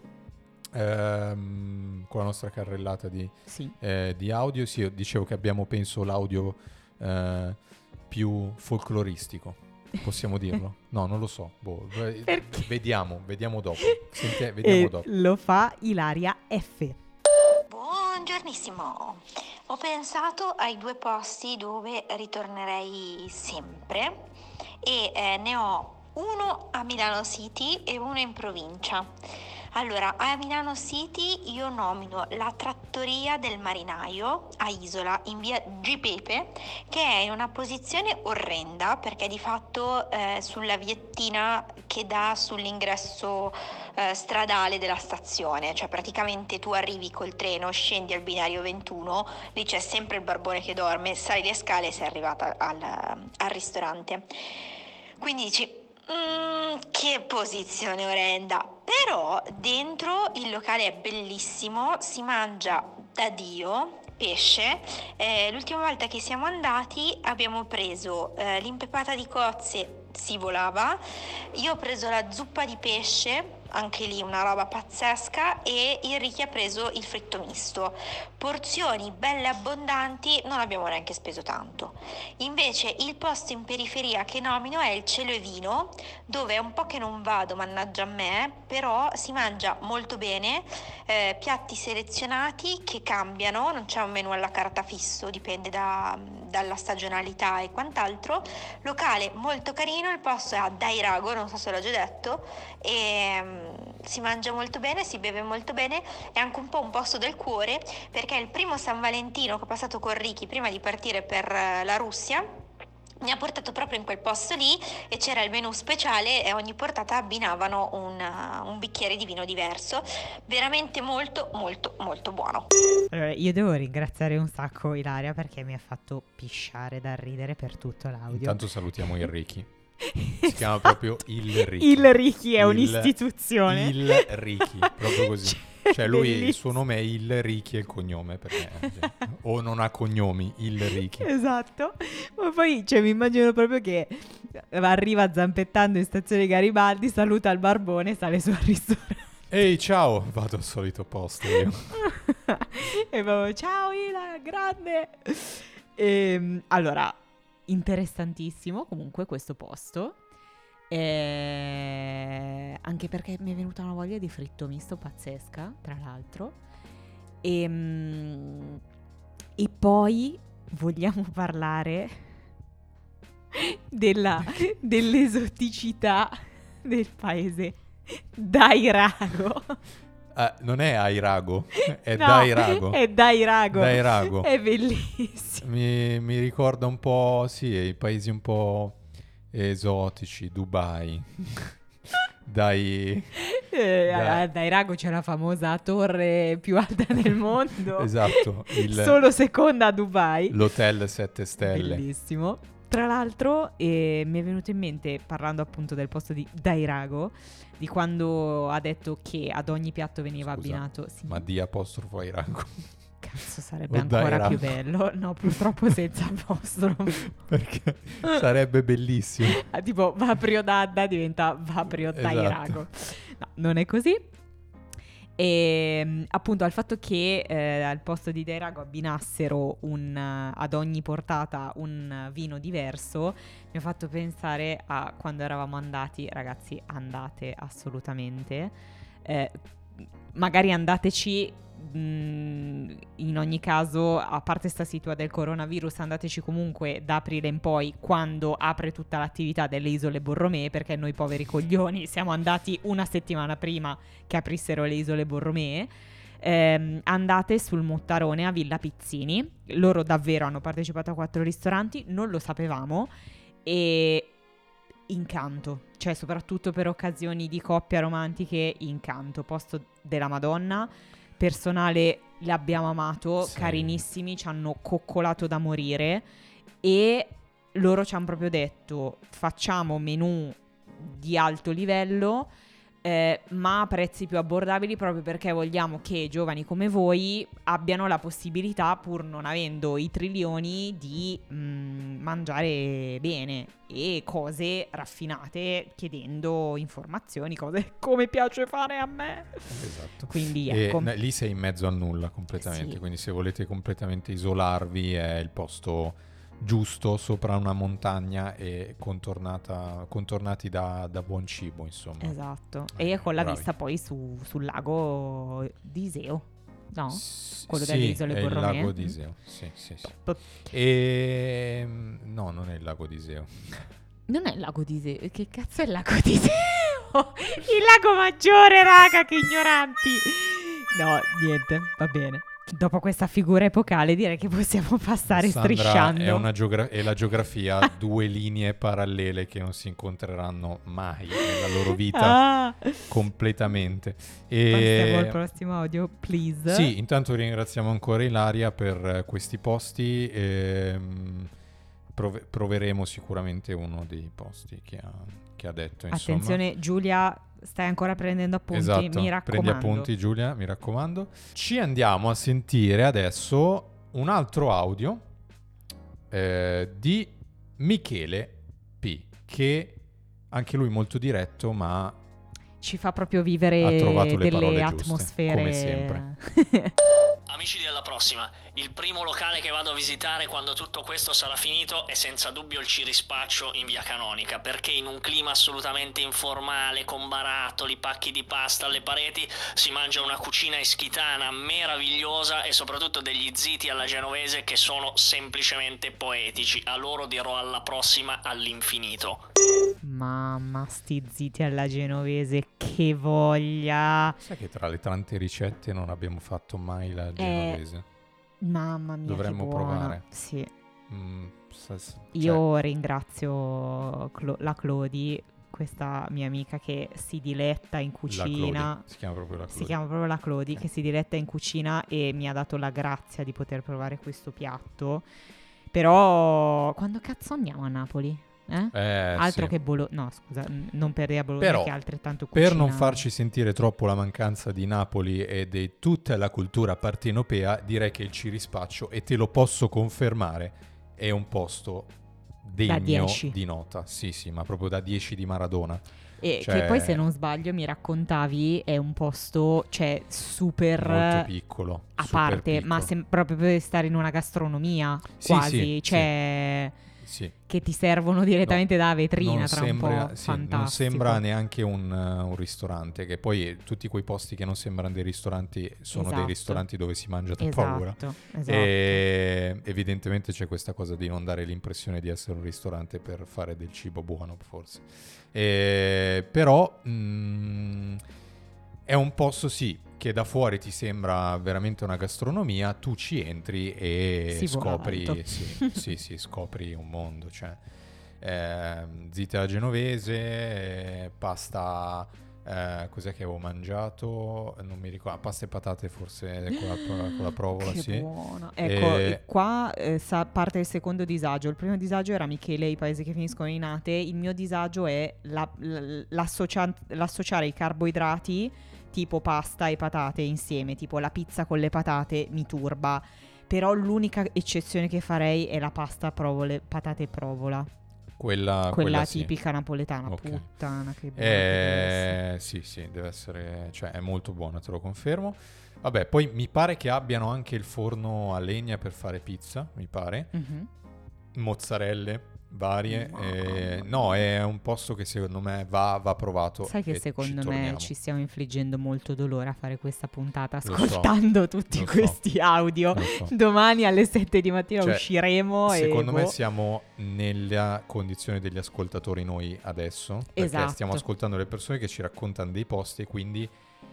ehm, con la nostra carrellata di, Sì. eh, di audio, sì, io dicevo che abbiamo, penso, l'audio eh, più folcloristico. Possiamo dirlo? No, non lo so. Boh, v- Perché? vediamo, vediamo dopo. Senti- vediamo E dopo. lo fa Ilaria F. Buongiornissimo, ho pensato ai due posti dove ritornerei sempre e eh, ne ho uno a Milano City e uno in provincia. Allora, a Milano City io nomino la Trattoria del Marinaio a Isola in via G. Pepe, che è in una posizione orrenda perché di fatto eh, sulla viettina che dà sull'ingresso eh, stradale della stazione, cioè praticamente tu arrivi col treno, scendi al binario ventuno, lì c'è sempre il barbone che dorme, sali le scale e sei arrivata al, al ristorante. Quindi dici... Mm, che posizione orrenda, però dentro il locale è bellissimo, si mangia da Dio, pesce. Eh, l'ultima volta che siamo andati abbiamo preso eh, l'impepata di cozze, si volava, io ho preso la zuppa di pesce, anche lì una roba pazzesca, e il Ricky ha preso il fritto misto. Porzioni belle abbondanti, non abbiamo neanche speso tanto. Invece il posto in periferia che nomino è il Cielo e Vino, dove è un po' che non vado, mannaggia a me, però si mangia molto bene, eh, piatti selezionati che cambiano, non c'è un menù alla carta fisso, dipende da, dalla stagionalità e quant'altro. Locale molto carino, il posto è a Dairago, non so se l'ho già detto, e um, si mangia molto bene, si beve molto bene, è anche un po' un posto del cuore, perché è il primo San Valentino che ho passato con Ricky prima di partire per uh, la Russia. Mi ha portato proprio in quel posto lì e c'era il menù speciale e ogni portata abbinavano un, uh, un bicchiere di vino diverso, veramente molto molto molto buono. Allora, io devo ringraziare un sacco Ilaria perché mi ha fatto pisciare dal ridere per tutto l'audio. Intanto salutiamo il Ricky. Si chiama proprio il Ricky. Il Ricky è Il- un'istituzione. Il Ricky, proprio così. Cioè lui, il Bellissimo. suo nome è Il Ricky e il cognome, perché cioè, o non ha cognomi, Il Ricky. Esatto. Ma poi cioè, mi immagino proprio che arriva zampettando in stazione Garibaldi, saluta il barbone e sale su al ristorante. Ehi, ciao, vado al solito posto io. E proprio, ciao Ila, grande. Ehm, allora, interessantissimo comunque questo posto. Eh, anche perché mi è venuta una voglia di fritto misto pazzesca, tra l'altro. E, mm, e poi vogliamo parlare della, dell'esoticità del paese Dairago. Ah, non è Airago, è No, Dairago. è Dairago. Dairago. È bellissimo. Mi, mi ricorda un po', sì, i paesi un po' esotici, Dubai. Dai, Eh, da- a Dairago c'è la famosa torre più alta del mondo. Esatto, il- Solo seconda a Dubai. l'hotel sette stelle. Bellissimo. Tra l'altro eh, mi è venuto in mente, parlando appunto del posto di Dairago, di quando ha detto che ad ogni piatto veniva Scusa, abbinato... Sì, Ma di apostrofo Airago. cazzo, sarebbe o ancora Dairago. più bello. No, purtroppo senza apostrofo. Perché sarebbe bellissimo. Ah, tipo Vaprio Dadda diventa Vaprio Esatto. Dairago. No, non è così. E appunto al fatto che eh, al posto di Dairago abbinassero un, eh, ad ogni portata un vino diverso mi ha fatto pensare a quando eravamo andati. Ragazzi, andate assolutamente, eh, magari andateci mh, in ogni caso, a parte sta situa del coronavirus, andateci comunque da aprile in poi, quando apre tutta l'attività delle isole Borromee, perché noi poveri coglioni siamo andati una settimana prima che aprissero le isole Borromee. Ehm, andate sul Mottarone a Villa Pizzini, loro davvero hanno partecipato a quattro ristoranti, non lo sapevamo, e incanto, cioè soprattutto per occasioni di coppia romantiche, incanto, posto della Madonna, personale l'abbiamo amato, Sì. carinissimi, ci hanno coccolato da morire e loro ci hanno proprio detto facciamo menù di alto livello, eh, ma a prezzi più abbordabili, proprio perché vogliamo che giovani come voi abbiano la possibilità, pur non avendo i trilioni, di mh, mangiare bene e cose raffinate, chiedendo informazioni, cose come piace fare a me. Esatto. Quindi E ecco. n- lì sei in mezzo al nulla completamente, Sì. quindi se volete completamente isolarvi è il posto giusto sopra una montagna e contornata, contornati da, da buon cibo, insomma. Esatto. Eh, E con la bravi. vista poi su, sul lago di Iseo, no? S- Quello sì, delle isole è il Borromee. lago di Iseo. Sì, sì, sì. P- E no, non è il lago di Iseo. Non è il lago di Iseo. Che cazzo è il lago di Iseo? Il lago Maggiore, raga, che ignoranti. No, niente, va bene. Dopo questa figura epocale direi che possiamo passare Sandra, strisciando. È, una geogra- è la geografia, due linee parallele che non si incontreranno mai nella loro vita Ah. completamente. Passiamo al E prossimo audio, please. sì, intanto ringraziamo ancora Ilaria per eh, questi posti. ehm, prove- proveremo sicuramente uno dei posti che ha, che ha detto. Insomma. Attenzione, Giulia, stai ancora prendendo appunti, Esatto, mi raccomando. prendi appunti Giulia, mi raccomando. Ci andiamo a sentire adesso un altro audio eh, di Michele P, che anche lui molto diretto, ma Ci fa proprio vivere ha trovato le parole delle giuste, atmosfere. come sempre. Amici di Alla Prossima, il primo locale che vado a visitare quando tutto questo sarà finito è senza dubbio il Cirispaccio in via Canonica, perché in un clima assolutamente informale, con barattoli, pacchi di pasta alle pareti, si mangia una cucina ischitana meravigliosa e soprattutto degli ziti alla genovese che sono semplicemente poetici. A loro dirò alla prossima all'infinito. Mamma, sti ziti alla genovese, che voglia. sai che tra le tante ricette non abbiamo fatto mai la genovese? Mamma mia, Dovremmo che buona. provare. Sì. Mm, sa- sa- Io cioè, ringrazio Clo- la Clodi, questa mia amica che si diletta in la cucina. Clodi, si chiama proprio la Clodi. Si chiama proprio la Clodi, Ok. che si diletta in cucina e mi ha dato la grazia di poter provare questo piatto. Però quando cazzo andiamo a Napoli? Eh? Eh, Altro sì. che Bologna. No, scusa, n- non per dire a Bologna Però, che è altrettanto cucina. per non farci sentire troppo la mancanza di Napoli e di tutta la cultura partenopea, direi che il Cirispaccio, e te lo posso confermare, è un posto degno dieci. di nota. Sì, sì, ma proprio da dieci di Maradona. E Cioè, che poi, se non sbaglio, mi raccontavi, è un posto, cioè, super molto piccolo, a super parte, piccolo. ma sem- proprio per stare in una gastronomia, Sì, quasi, sì, cioè, sì. che ti servono direttamente No, da vetrina non tra sembra, un po'. sì, Fantastico. non sembra neanche un, uh, un ristorante, che poi tutti quei posti che non sembrano dei ristoranti sono Esatto. dei ristoranti dove si mangia da Esatto, paura. esatto. E evidentemente c'è questa cosa di non dare l'impressione di essere un ristorante per fare del cibo buono, forse. E, però mh, è un posto, sì, che da fuori ti sembra veramente una gastronomia, tu ci entri e Si vola scopri, alto. sì, sì, sì, scopri un mondo, cioè eh, ziti alla genovese, eh, pasta, eh, cos'è che avevo mangiato? Non mi ricordo, pasta e patate forse con la, con la provola, Che sì. buona. Ecco, E- qua eh, sa- parte il secondo disagio. Il primo disagio era Michele e i paesi che finiscono in ate. Il mio disagio è la- l- l'associa- l'associare i carboidrati tipo pasta e patate insieme, tipo la pizza con le patate mi turba. Però l'unica eccezione che farei è la pasta provole, patate e provola. Quella, Quella quella sì. tipica napoletana, Ok. puttana, che buona che deve essere. Eh, sì, sì, deve essere, cioè è molto buona, te lo confermo. Vabbè, poi mi pare che abbiano anche il forno a legna per fare pizza, mi pare. Mhm. Mozzarelle varie. eh, no, è un posto che secondo me va, va provato. Sai che e secondo ci me torniamo. ci stiamo infliggendo molto dolore a fare questa puntata Lo so, ascoltando tutti lo so, questi audio. lo so. Domani alle sette di mattina Cioè, usciremo Secondo e me boh. siamo nella condizione degli ascoltatori noi adesso, perché Esatto. stiamo ascoltando le persone che ci raccontano dei posti e quindi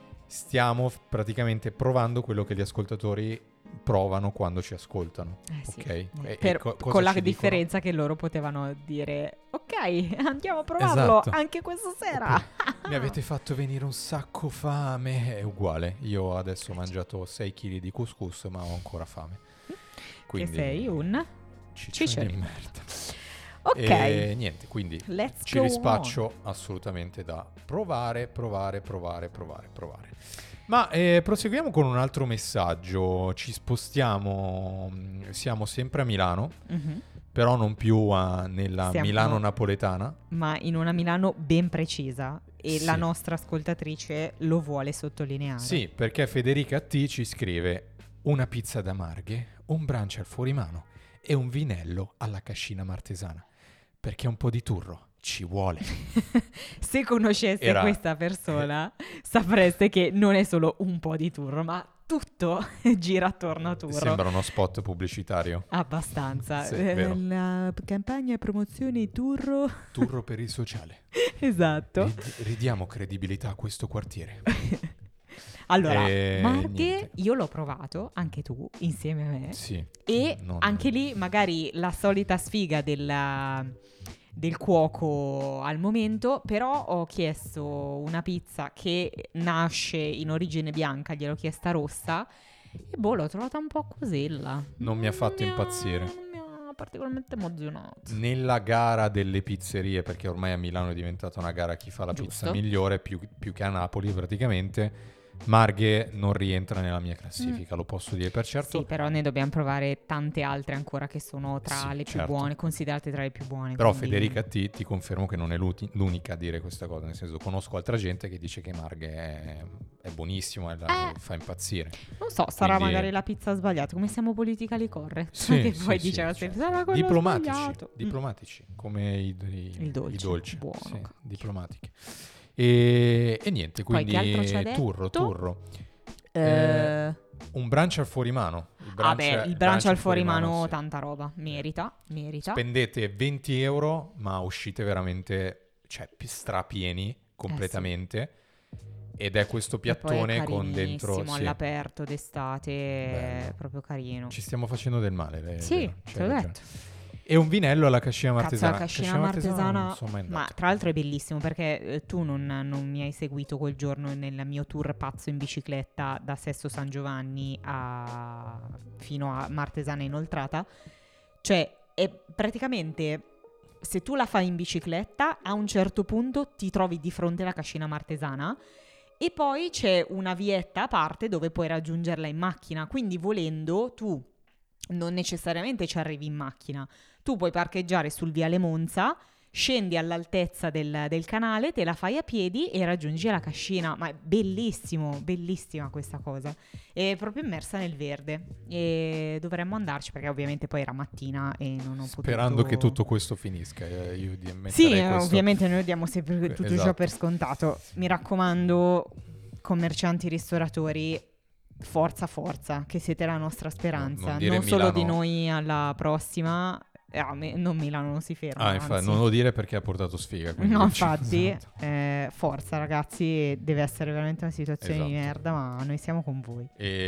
stiamo f- praticamente provando quello che gli ascoltatori provano quando ci ascoltano. Eh sì. Ok? E- e Per- co- cosa con la ci dicono? differenza che loro potevano dire ok, andiamo a provarlo Esatto. anche questa sera. Mi avete fatto venire un sacco fame. È uguale. Io adesso ho mangiato sei chili di couscous, ma ho ancora fame. Quindi che sei un ciccione ciccione. di merda. Ok. E niente, quindi Let's ci go rispaccio assolutamente da provare, provare, provare, provare, provare. Ma eh, proseguiamo con un altro messaggio. Ci spostiamo, mh, siamo sempre a Milano, Mhm. però non più a- nella Siamo- Milano napoletana. Ma in una Milano ben precisa e Sì. la nostra ascoltatrice lo vuole sottolineare. Sì, perché Federica T ci scrive una pizza da Marghe, un brunch al fuorimano e un vinello alla cascina martesana. Perché un po' di turro ci vuole. Se conosceste Era- questa persona, sapreste che non è solo un po' di turro, ma tutto gira attorno a turro. Sembra uno spot pubblicitario. Abbastanza. Sì, Eh, vero. La campagna promozione turro. Turro per il sociale. Esatto. Rid- ridiamo credibilità a questo quartiere. Allora, Eh, Marghe, niente. io l'ho provato, anche tu, insieme a me. Sì. E non- anche lì magari la solita sfiga della- del cuoco al momento, però ho chiesto una pizza che nasce in origine bianca, gliel'ho chiesta rossa e boh, l'ho trovata un po' cosella. Non mi ha fatto mi impazzire. Non mi ha particolarmente emozionato. Nella gara delle pizzerie, perché ormai a Milano è diventata una gara chi fa la pizza Giusto. migliore, più, più che a Napoli praticamente, Marghe non rientra nella mia classifica, lo posso dire per certo. Sì, però ne dobbiamo provare tante altre ancora che sono tra Sì, le più certo. buone, considerate tra le più buone. Però quindi- Federica T ti confermo che non è l'uti- l'unica a dire questa cosa, nel senso conosco altra gente che dice che Marghe è, è buonissimo e la Eh. fa impazzire. Non so, sarà Quindi- magari la pizza sbagliata, come siamo politically correct. Sì, che sì, poi sì, diceva cioè, sempre, sarà quello diplomatici, sbagliato. Mm. diplomatici, come i, i- Il dolce, i dolci, buono, sì, cacchio. diplomatiche. E, e niente, Poi quindi che altro ci ha turro, detto? turro. Eh, Eh, un brunch al fuorimano. Il brunch, Vabbè, il brunch al fuorimano, tanta roba, merita, merita. Spendete venti euro, ma uscite veramente, cioè, pi- strapieni completamente. Ed è questo E poi è piattone con dentro... carinissimo, sì. all'aperto d'estate, è Bello. proprio carino. Ci stiamo facendo del male. è Sì, vero, te c'hai l'ho ragione. detto. E un vinello alla cascina Cazzo, martesana. la cascina martesana, non sono mai andato. ma tra l'altro è bellissimo perché eh, tu non, non mi hai seguito quel giorno nel mio tour pazzo in bicicletta da Sesto San Giovanni a, fino a Martesana Inoltrata. Cioè è praticamente se tu la fai in bicicletta, a un certo punto ti trovi di fronte alla Cascina Martesana e poi c'è una vietta a parte dove puoi raggiungerla in macchina, quindi volendo tu non necessariamente ci arrivi in macchina, tu puoi parcheggiare sul viale Monza, scendi all'altezza del, del canale, te la fai a piedi e raggiungi la Cascina. Ma è bellissimo, bellissima questa cosa. È proprio immersa nel verde e dovremmo andarci perché ovviamente poi era mattina e non ho potuto... Sperando che tutto questo finisca. Eh, io di sì, questo... ovviamente noi diamo sempre tutto esatto. ciò per scontato. Mi raccomando, commercianti, ristoratori, forza forza, che siete la nostra speranza. Non, non, non solo Milano... di noi alla prossima... Ah, non Milano non si ferma. Ah, infatti, non lo dire perché ha portato sfiga. No, infatti, esatto. eh, forza ragazzi, deve essere veramente una situazione esatto. di merda, ma noi siamo con voi.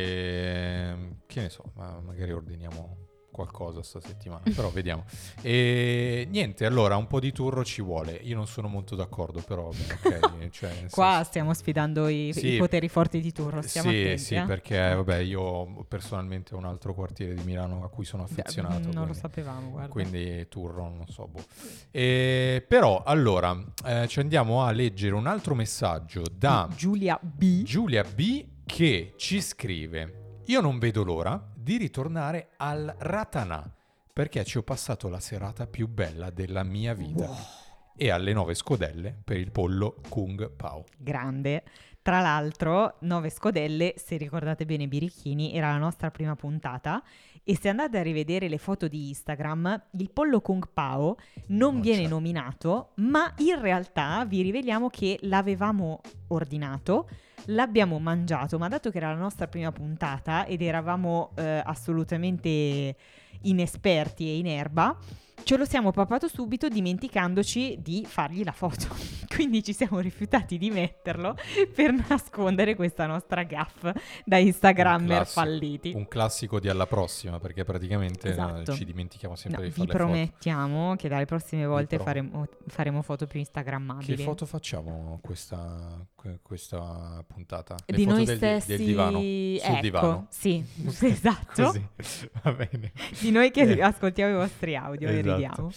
E che ne so, ma magari ordiniamo qualcosa sta settimana, però vediamo. E niente, allora un po' di turro ci vuole. Io non sono molto d'accordo, però ok. Cioè, qua senso... stiamo sfidando i, sì, i poteri forti di turro. Stiamo sì, attenti, sì, eh? perché vabbè, io personalmente ho un altro quartiere di Milano a cui sono affezionato. Beh, non quindi, lo sapevamo, guarda. Quindi turro, non so. Boh. E, però, allora, eh, ci andiamo a leggere un altro messaggio da Giulia B. Giulia B che ci scrive: io non vedo l'ora di ritornare al Ratanà perché ci ho passato la serata più bella della mia vita. Wow. E alle nove scodelle per il pollo Kung Pao. Grande. Tra l'altro, nove scodelle, se ricordate bene Birichini, era la nostra prima puntata e se andate a rivedere le foto di Instagram, il pollo Kung Pao non, non viene c'è. nominato, ma in realtà vi riveliamo che l'avevamo ordinato, l'abbiamo mangiato, ma dato che era la nostra prima puntata ed eravamo eh, assolutamente inesperti e in erba, ce lo siamo papato subito dimenticandoci di fargli la foto. Quindi ci siamo rifiutati di metterlo per nascondere questa nostra gaffe da Instagrammer falliti. Un classico di alla prossima, perché praticamente esatto. no, ci dimentichiamo sempre no, di fare vi le foto. Vi promettiamo che dalle prossime volte faremo, faremo foto più instagrammabili. Che foto facciamo questa, questa puntata? Le di foto noi del, stessi, del divano, sul ecco, divano. Sì, esatto. Così, va bene. Di noi che eh. ascoltiamo i vostri audio esatto. e ridiamo.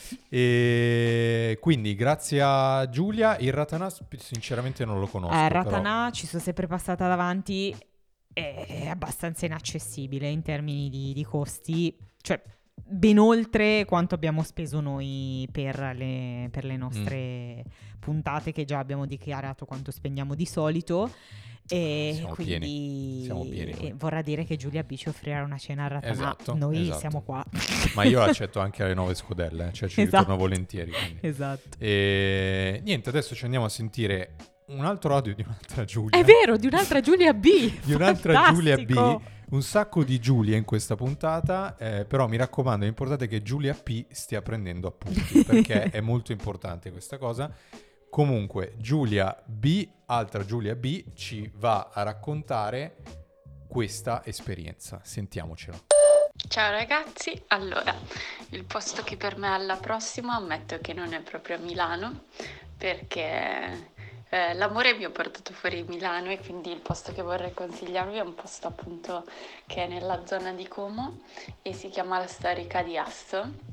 E quindi grazie a Giulia. Il Ratanà sinceramente non lo conosco. Il eh, Ratanà però... ci sono sempre passata davanti, è abbastanza inaccessibile in termini di, di costi, cioè ben oltre quanto abbiamo speso noi per le, per le nostre mm. puntate, che già abbiamo dichiarato quanto spendiamo di solito. E siamo quindi pieni. Siamo pieni vorrà dire che Giulia B ci offrirà una cena a Ratanà. Esatto, noi esatto. siamo qua. Ma io accetto anche alle nove scodelle, cioè ci esatto. ritorno volentieri. Quindi. Esatto. E niente, adesso ci andiamo a sentire un altro audio di un'altra Giulia. È vero, di un'altra Giulia B. di un'altra Fantastico. Giulia B. Un sacco di Giulia in questa puntata, eh, però mi raccomando, è importante che Giulia P stia prendendo appunti, perché è molto importante questa cosa. Comunque, Giulia B, altra Giulia B, ci va a raccontare questa esperienza. Sentiamocela. Ciao ragazzi, allora, il posto che per me è alla prossima ammetto che non è proprio a Milano, perché eh, l'amore mi ha portato fuori Milano e quindi il posto che vorrei consigliarvi è un posto appunto che è nella zona di Como e si chiama la Storica di Asso.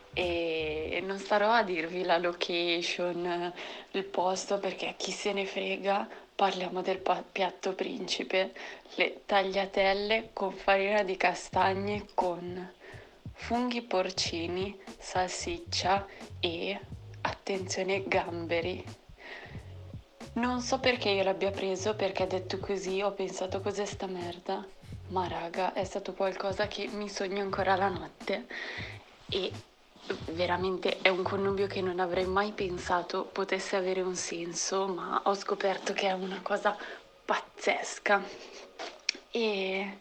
E non starò a dirvi la location, il posto, perché chi se ne frega. Parliamo del pa- piatto principe, le tagliatelle con farina di castagne con funghi porcini, salsiccia e, attenzione, gamberi. Non so perché io l'abbia preso, perché detto così ho pensato cos'è sta merda, ma raga è stato qualcosa che mi sogno ancora la notte e veramente è un connubio che non avrei mai pensato potesse avere un senso, ma ho scoperto che è una cosa pazzesca. E,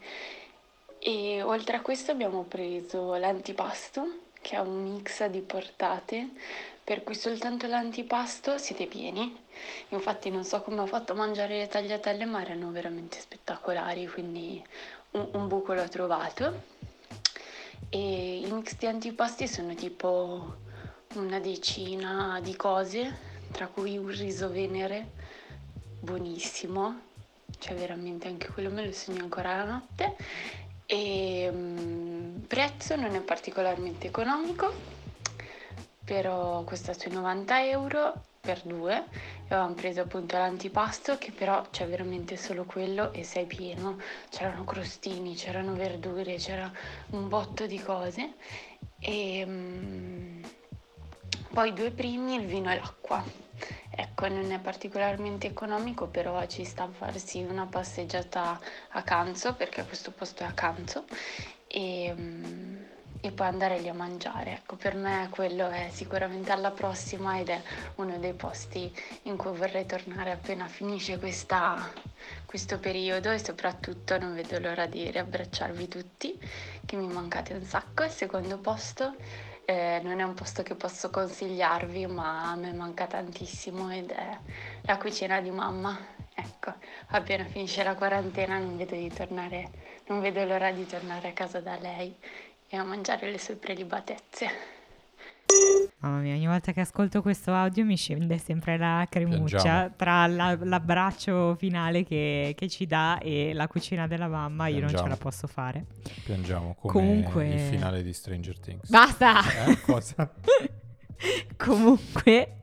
e oltre a questo abbiamo preso l'antipasto, che è un mix di portate, per cui soltanto l'antipasto siete pieni. Infatti non so come ho fatto a mangiare le tagliatelle, ma erano veramente spettacolari, quindi un, un buco l'ho trovato. E i mix di antipasti sono tipo una decina di cose, tra cui un riso venere buonissimo, cioè veramente anche quello me lo sogno ancora la notte. E um, prezzo non è particolarmente economico, però costa sui novanta euro per due, e avevamo preso appunto l'antipasto, che però c'è veramente solo quello e sei pieno, c'erano crostini, c'erano verdure, c'era un botto di cose, e mm, poi due primi, il vino e l'acqua. Ecco, non è particolarmente economico, però ci sta a farsi una passeggiata a Canzo, perché questo posto è a Canzo, e, mm, e poi andare lì a mangiare. Ecco, per me quello è sicuramente alla prossima, ed è uno dei posti in cui vorrei tornare appena finisce questa, questo periodo, e soprattutto non vedo l'ora di riabbracciarvi tutti, che mi mancate un sacco. Il secondo posto eh, non è un posto che posso consigliarvi, ma a me manca tantissimo, ed è la cucina di mamma. Ecco, appena finisce la quarantena non vedo di tornare, non vedo l'ora di tornare a casa da lei e a mangiare le sue prelibatezze. Mamma mia, ogni volta che ascolto questo audio mi scende sempre la lacrimuccia. Piangiamo. Tra la- l'abbraccio finale che, che ci dà e la cucina della mamma, io non ce Piangiamo. la posso fare. Piangiamo come Comunque- il finale di Stranger Things. Basta! Eh, cosa? Comunque,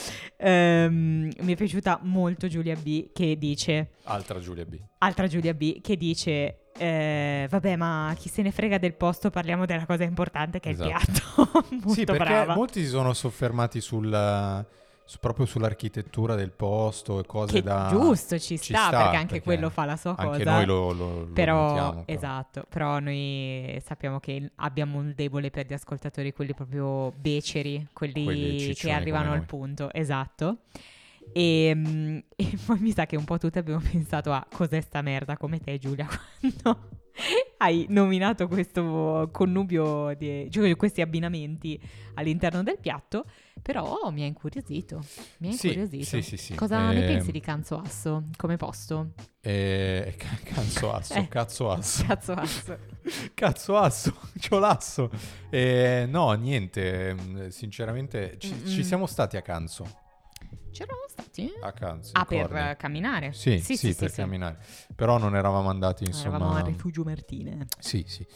ehm, mi è piaciuta molto Giulia B, che dice, Altra Giulia B. altra Giulia B, che dice, eh, vabbè, ma chi se ne frega del posto, parliamo della cosa importante che è Esatto. il piatto. Molto Sì, perché brava. molti si sono soffermati sul, su- proprio sull'architettura del posto e cose Che da... giusto, ci sta, perché anche quello fa la sua anche cosa. noi lo, lo, lo Però, notiamo, però. esatto, però noi sappiamo che abbiamo un debole per gli ascoltatori, quelli proprio beceri, quelli, Quelli che ciccioni arrivano come al noi. punto, esatto. E, mm, e poi mi sa che un po' tutti abbiamo pensato a cos'è sta merda, come te Giulia, quando hai nominato questo connubio, di, cioè questi abbinamenti all'interno del piatto, però mi ha incuriosito, mi ha Sì, incuriosito. sì, sì, sì. Cosa ne Ehm, pensi di Canzo Asso come posto? Eh, ca- cazzo asso, Eh, cazzo asso. Cazzo Asso. Cazzo asso, c'ho l'asso. Eh, no, niente, mm, sinceramente ci, Mm-mm. ci siamo stati a Canzo. C'erano stati? A Canzo. Ah, in per Corne. eh, camminare? Sì, sì, per camminare. Però non eravamo andati, insomma... Eravamo al Rifugio Martine. Sì, sì.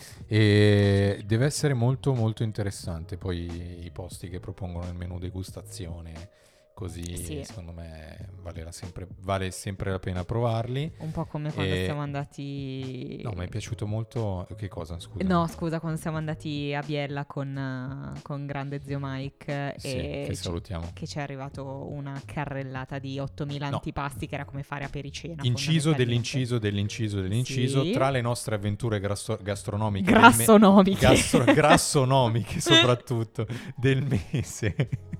E deve essere molto, molto interessante poi i posti che propongono il menù degustazione. Così, Sì. secondo me, valera sempre, vale sempre la pena provarli. Un po' come quando E- siamo andati... No, mi è piaciuto molto... Che cosa, scusa? No, scusa, quando siamo andati a Biella con, eh, con grande zio Mike, Sì, e che ci- salutiamo. che ci è arrivato una carrellata di ottomila No. antipasti, che era come fare apericena. Inciso fondamentalmente. dell'inciso dell'inciso dell'inciso Sì. tra le nostre avventure grasso- gastronomiche del me- Grassonomiche. gastro- grassonomiche soprattutto del mese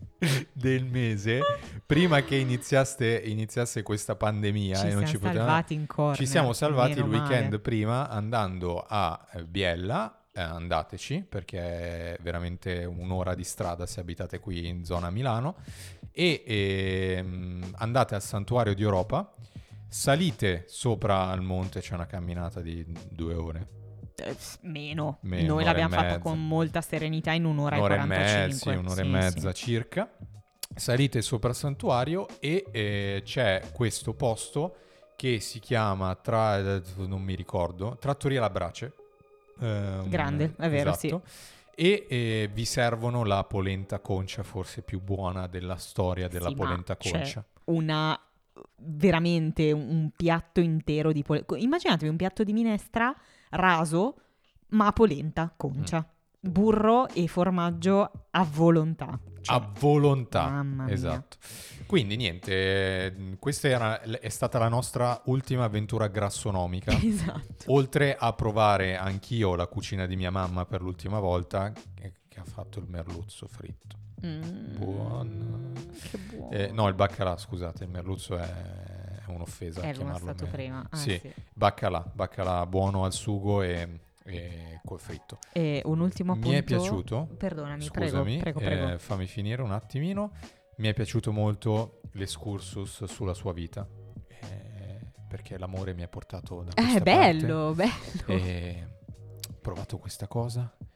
del mese prima che iniziaste iniziasse questa pandemia Ci e non siamo ci potevamo- salvati in corner, ci siamo salvati meno il weekend male. prima andando a eh, Biella. Eh, andateci, perché è veramente un'ora di strada se abitate qui in zona Milano, e ehm, andate al Santuario di Europa, salite sopra al monte, c'è una camminata di due ore. Eh, Meno. Meno, Noi un'ora l'abbiamo e fatta mezza. con molta serenità in un'ora, Un'ora e e quarantacinque. mezza, sì, un'ora Sì, e mezza sì. circa. Salite sopra il santuario e eh, c'è questo posto che si chiama, tra, eh, non mi ricordo, Trattoria La Brace. Ehm, Grande, è vero, esatto. E eh, vi servono la polenta concia, forse più buona della storia della Sì, ma polenta c'è concia. una veramente un, un piatto intero di polenta. Immaginatevi un piatto di minestra raso, ma a polenta concia. Mm. Burro e formaggio a volontà. Cioè, A volontà, mamma mia. esatto. Quindi niente, eh, questa era, è stata la nostra ultima avventura grassonomica. Esatto. Oltre a provare anch'io la cucina di mia mamma per l'ultima volta, che, che ha fatto il merluzzo fritto. Mm, Buono. Che buono. Eh, no, il baccalà, scusate, il merluzzo è, è un'offesa. Eh, lo è chiamarlo stato me- prima. Ah, sì, sì. baccalà, baccalà buono al sugo e, e col fritto. E un ultimo punto. Mi è piaciuto. Perdonami, Scusami, prego, prego, prego. eh, fammi finire un attimino. Mi è piaciuto molto l'escursus sulla sua vita, eh, perché l'amore mi ha portato da questa Eh, bello, parte, bello. e ho provato questa cosa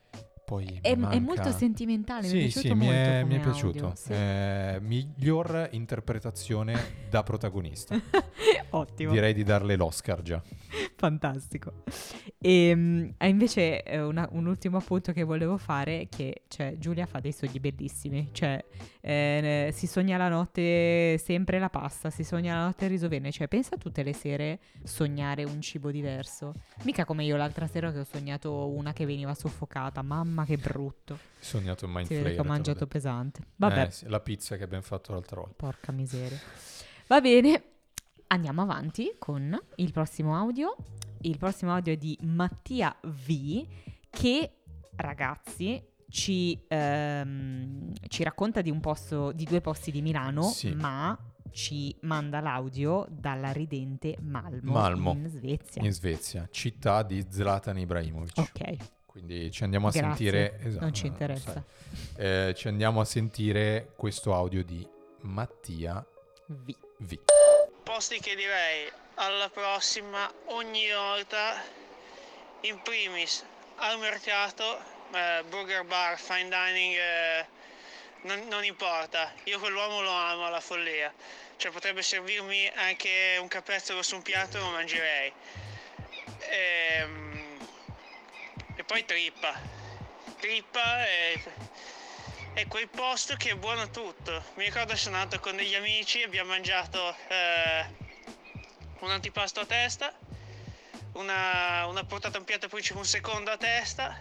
poi È, mi è manca... molto sentimentale, Sì, mi è piaciuto sì, mi molto è, come mi è audio, piaciuto. sì. Eh, miglior interpretazione da protagonista. Ottimo. Direi di darle l'Oscar già. Fantastico. E invece eh, una- un ultimo appunto che volevo fare è che cioè, Giulia fa dei sogni bellissimi, cioè eh, si sogna la notte sempre la pasta, si sogna la notte il riso verde, cioè pensa tutte le sere sognare un cibo diverso, mica come io l'altra sera che ho sognato una che veniva soffocata, mamma che brutto. Ho sognato il mind Si vede flayer, che ho te l'ho mangiato detto. pesante. Vabbè, Eh, sì, la pizza che abbiamo fatto l'altra volta. porca miseria. Va bene, andiamo avanti con il prossimo audio. Il prossimo audio è di Mattia V, che, ragazzi, ci, ehm, ci racconta di un posto, di due posti di Milano, Sì. ma ci manda l'audio dalla ridente Malmo, Malmo, in Svezia. in Svezia, città di Zlatan Ibrahimovic. Ok. Quindi ci andiamo a Grazie, sentire... esatto, non ci interessa. sai. Eh, ci andiamo a sentire questo audio di Mattia V. V. Posti che direi alla prossima ogni volta, in primis al mercato, eh, burger bar, fine dining, eh, non, non importa, io quell'uomo lo amo alla follia, cioè potrebbe servirmi anche un capezzolo su un piatto e lo mangerei. Ehm, e poi trippa, trippa è, è quel posto che è buono tutto. Mi ricordo sono andato con degli amici, abbiamo mangiato eh, un antipasto a testa, una, una portata a un piatto principe, un secondo a testa,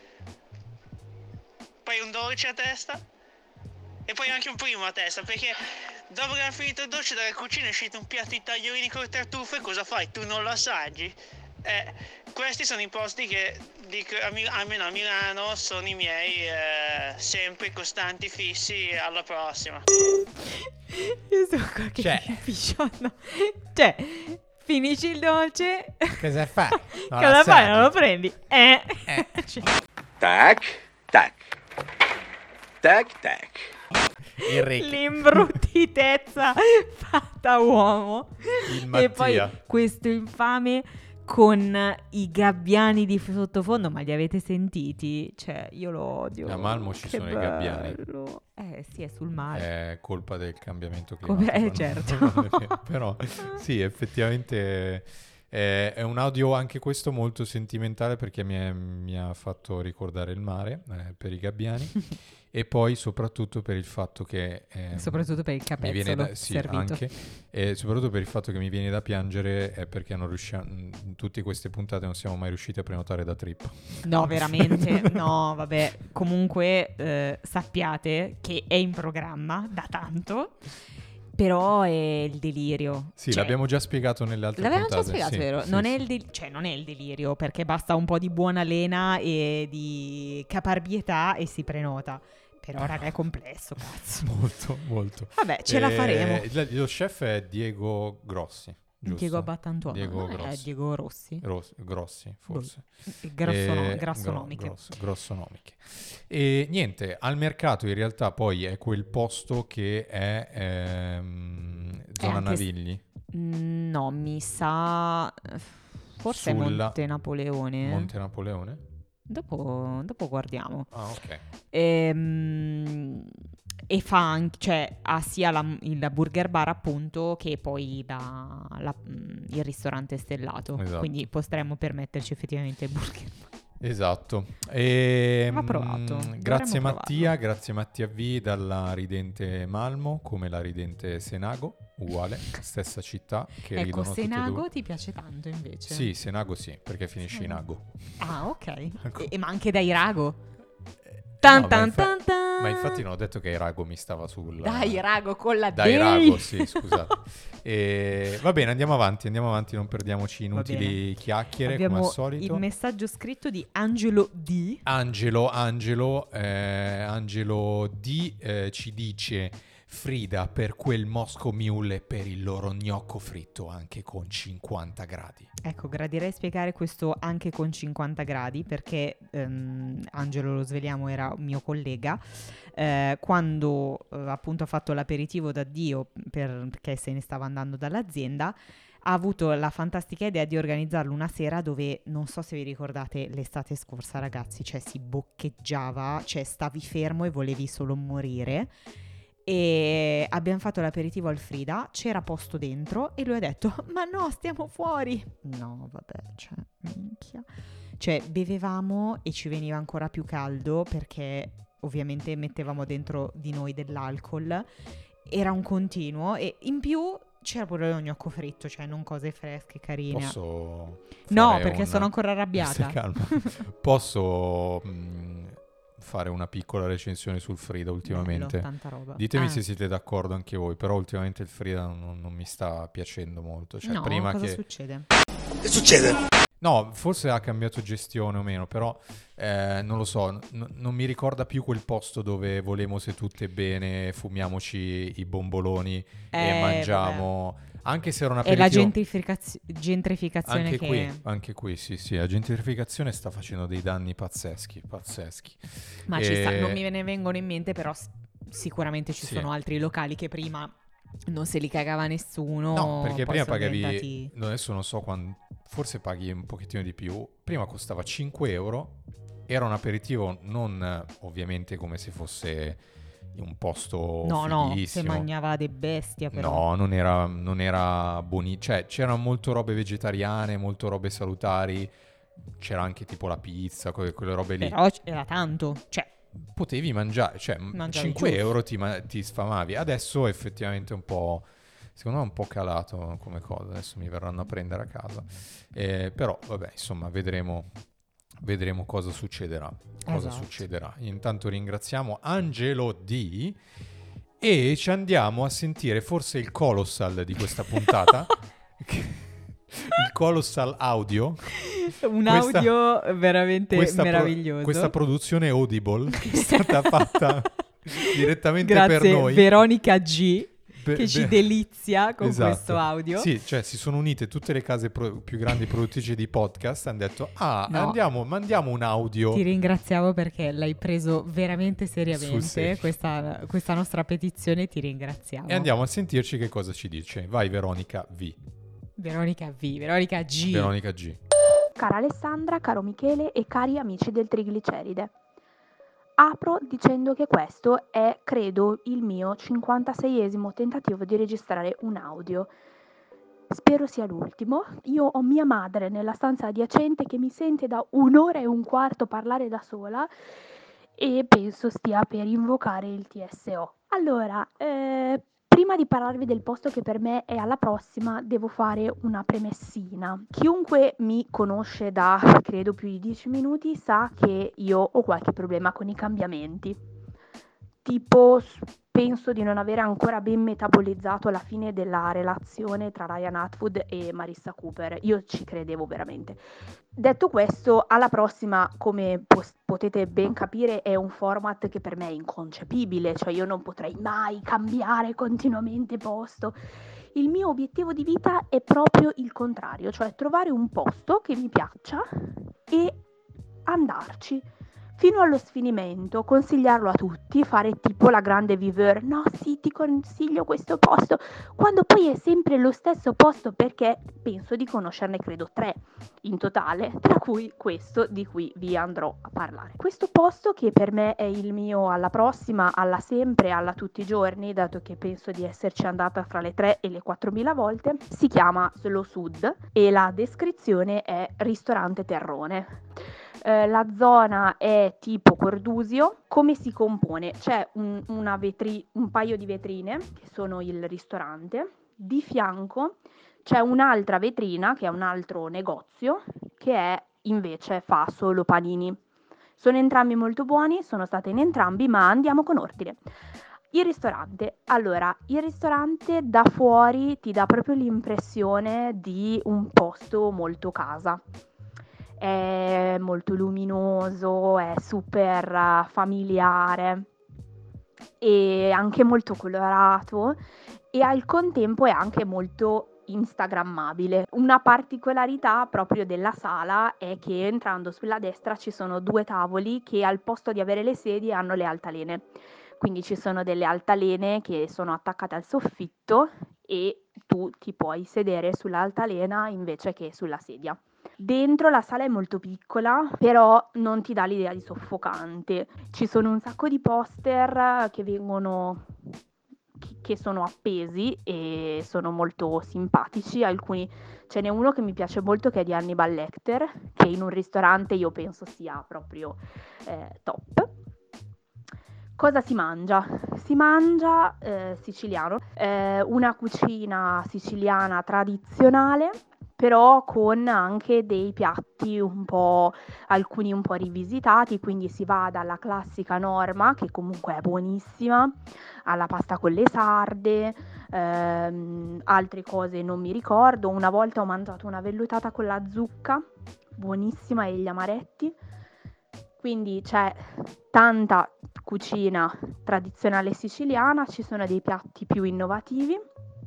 poi un dolce a testa e poi anche un primo a testa, perché dopo che hai finito il dolce dalla cucina è uscito un piatto di tagliolini con le tartufe, cosa fai? Tu non lo assaggi? Eh, questi sono i posti che dico, a Mil- almeno a Milano sono i miei eh, sempre costanti, fissi. Alla prossima. Io sono qua che Cioè. mi pisciano. Cioè, finisci il dolce. Cosa fai? Non Cosa la fai? sai. Non lo prendi? Eh. Cioè, Tac, tac. Tac, tac. Il Rick. l'imbruttitezza fatta uomo. Il E poi Mattia. questo infame con i gabbiani di sottofondo, ma li avete sentiti? Cioè, io lo odio. A Malmo ci Che sono i gabbiani. bello. Eh sì, è sul mare. È colpa del cambiamento Come- climatico. eh, no? certo. Non è vero. Però sì, effettivamente è, è un audio anche questo molto sentimentale perché mi, è- mi ha fatto ricordare il mare eh, per i gabbiani e poi soprattutto per il fatto che... ehm, Soprattutto per il mi viene capezzolo da, sì, servito. anche, e soprattutto per il fatto che mi viene da piangere è perché non riusciamo, in tutte queste puntate non siamo mai riusciti a prenotare da Trip. No, veramente, no, vabbè, comunque eh, sappiate che è in programma da tanto, però è il delirio. Sì, Cioè, l'abbiamo già spiegato nelle altre l'avevamo già puntate. spiegato, sì, vero? sì, non, sì. È il del- cioè, non è il delirio, perché basta un po' di buona lena e di caparbietà e si prenota. Però, raga, è complesso, cazzo. Molto, molto. Vabbè, ce la Eh, faremo. il- Lo chef è Diego Grossi, giusto? Diego Battantuono, Diego no? È Grossi. Diego Rossi. Ros- Grossi, forse. Boh. Grossono- Eh, grassonomiche. gro- gross- grossonomiche. E niente, al mercato in realtà poi è quel posto che è ehm, zona anche s- Navigli. Mm, No, mi sa... Forse è Sulla- Monte Napoleone. Monte Napoleone? Dopo, dopo guardiamo. Ah, ok. Ehm, E, fa anche, cioè, ha sia la, il burger bar appunto che poi la- la- il ristorante stellato. Esatto. Quindi potremmo permetterci effettivamente il burger bar. Esatto. E, Va provato, mm, dovremmo grazie provarlo. Mattia, grazie Mattia V dalla ridente Malmo, come la ridente Senago, uguale, stessa città che Ecco, ridono tutte e Senago due. ti piace tanto invece? Sì, Senago sì, perché finisce in ago. Ah, ok. Ecco. E, e ma anche da Irago? Tan No, ma, tan infa- tan tan. ma infatti non ho detto che Irago mi stava sul... Dai, Irago con la Dai, D. Irago, sì, scusate. E, va bene, andiamo avanti, andiamo avanti, non perdiamoci inutili bene. chiacchiere Abbiamo come al solito. il messaggio scritto di Angelo D. Angelo, Angelo, eh, Angelo D eh, ci dice: Frida per quel Moscow Mule e per il loro gnocco fritto anche con cinquanta gradi. Ecco, gradirei spiegare questo anche con cinquanta gradi perché ehm, Angelo, lo sveliamo, era un mio collega. Eh, quando eh, appunto ha fatto l'aperitivo d'addio per- perché se ne stava andando dall'azienda, ha avuto la fantastica idea di organizzarlo una sera dove, non so se vi ricordate l'estate scorsa ragazzi, cioè si boccheggiava, cioè stavi fermo e volevi solo morire. E abbiamo fatto l'aperitivo al Frida, c'era posto dentro e lui ha detto ma no, stiamo fuori. No vabbè, cioè minchia, cioè bevevamo e ci veniva ancora più caldo perché ovviamente mettevamo dentro di noi dell'alcol, era un continuo e in più c'era pure lo gnocco fritto, cioè non cose fresche, carine. Posso No, fare perché un- sono ancora arrabbiata. Stai calma. Posso mh, fare una piccola recensione sul Frida ultimamente? Bello, tanta roba. Ditemi Ah. se siete d'accordo anche voi, però ultimamente il Frida non, non mi sta piacendo molto. Cioè, No, prima cosa che... succede? Che succede? No, forse ha cambiato gestione o meno, però eh, non lo so, n- non mi ricorda più quel posto dove volemo se tutte bene, fumiamoci i bomboloni Eh, e mangiamo, anche se era un È la aperitivo... gentrificazio- gentrificazione Anche che... qui, anche qui, sì, sì, la gentrificazione sta facendo dei danni pazzeschi, pazzeschi. Ma ci sta, E- non mi ne vengono in mente, però s- sicuramente ci Sì. sono altri locali che prima non se li cagava nessuno. No, perché poi prima sono pagavi, diventati- adesso non so quando, forse paghi un pochettino di più, prima costava cinque euro, era un aperitivo non eh, ovviamente come se fosse un posto No, no, se fighissimo. mangiava de bestia però. No, non era, non era buoni, cioè c'erano molto robe vegetariane, molto robe salutari, c'era anche tipo la pizza, quelle, quelle robe lì. Però c- era tanto, cioè Potevi mangiare, cioè m- Mangiavi cinque giusto. euro ti, ma- ti sfamavi. Adesso effettivamente un po', secondo me è un po' calato come cosa, adesso mi verranno a prendere a casa. Eh, però vabbè, insomma, vedremo, vedremo cosa succederà. Cosa Esatto. succederà. Intanto ringraziamo Angelo D e ci andiamo a sentire forse il colossal di questa puntata. Il colossal audio. un Questa- audio veramente questa pro- meraviglioso. questa produzione Audible che è stata fatta direttamente Grazie per noi. Veronica G Be- che ci be- delizia con Esatto. questo audio. Sì, cioè si sono unite tutte le case pro- più grandi produttrici di podcast, hanno detto "Ah, No. andiamo, mandiamo un audio". Ti ringraziamo perché l'hai preso veramente Sul seriamente serio. questa, questa nostra petizione, ti ringraziamo. E andiamo a sentirci che cosa ci dice. Vai Veronica V. Veronica V, Veronica G. Veronica G. Cara Alessandra, caro Michele e cari amici del Trigliceride. Apro dicendo che questo è, credo, il mio cinquantaseiesimo tentativo di registrare un audio. Spero sia l'ultimo. Io ho mia madre nella stanza adiacente che mi sente da un'ora e un quarto parlare da sola e penso stia per invocare il T S O. Allora, eh, prima di parlarvi del posto che per me è alla prossima, devo fare una premessina. Chiunque mi conosce da, credo, più di dieci minuti sa che io ho qualche problema con i cambiamenti. Tipo, s- penso di non avere ancora ben metabolizzato la fine della relazione tra Ryan Atwood e Marissa Cooper. Io ci credevo veramente. Detto questo, alla prossima, come pos- potete ben capire, è un format che per me è inconcepibile, cioè io non potrei mai cambiare continuamente posto. Il mio obiettivo di vita è proprio il contrario, cioè trovare un posto che mi piaccia e andarci fino allo sfinimento, consigliarlo a tutti, fare tipo la grande viveur, no sì ti consiglio questo posto, quando poi è sempre lo stesso posto perché penso di conoscerne credo tre in totale, tra cui questo di cui vi andrò a parlare. Questo posto che per me è il mio alla prossima, alla sempre, alla tutti i giorni, dato che penso di esserci andata fra le tre e le quattromila volte, si chiama Slow Sud e la descrizione è ristorante Terrone. Eh, la zona è tipo Cordusio. Come si compone? C'è un, una vetri- un paio di vetrine che sono il ristorante, di fianco c'è un'altra vetrina che è un altro negozio che è invece fa solo panini. Sono entrambi molto buoni, sono stata in entrambi, ma andiamo con ordine. Il ristorante, allora, il ristorante da fuori ti dà proprio l'impressione di un posto molto casa. È molto luminoso, è super uh, familiare e anche molto colorato e al contempo è anche molto instagrammabile. Una particolarità proprio della sala è che entrando sulla destra ci sono due tavoli che al posto di avere le sedie hanno le altalene. Quindi ci sono delle altalene che sono attaccate al soffitto e tu ti puoi sedere sull'altalena invece che sulla sedia. Dentro la sala è molto piccola, però non ti dà l'idea di soffocante. Ci sono un sacco di poster che vengono che sono appesi e sono molto simpatici. Alcuni, ce n'è uno che mi piace molto che è di Hannibal Lecter, che in un ristorante io penso sia proprio eh, top. Cosa si mangia? Si mangia eh, siciliano, eh, una cucina siciliana tradizionale, però con anche dei piatti un po', alcuni un po' rivisitati, quindi si va dalla classica norma, che comunque è buonissima, alla pasta con le sarde, ehm, altre cose non mi ricordo. Una volta ho mangiato una vellutata con la zucca, buonissima, e gli amaretti. Quindi c'è tanta cucina tradizionale siciliana, ci sono dei piatti più innovativi,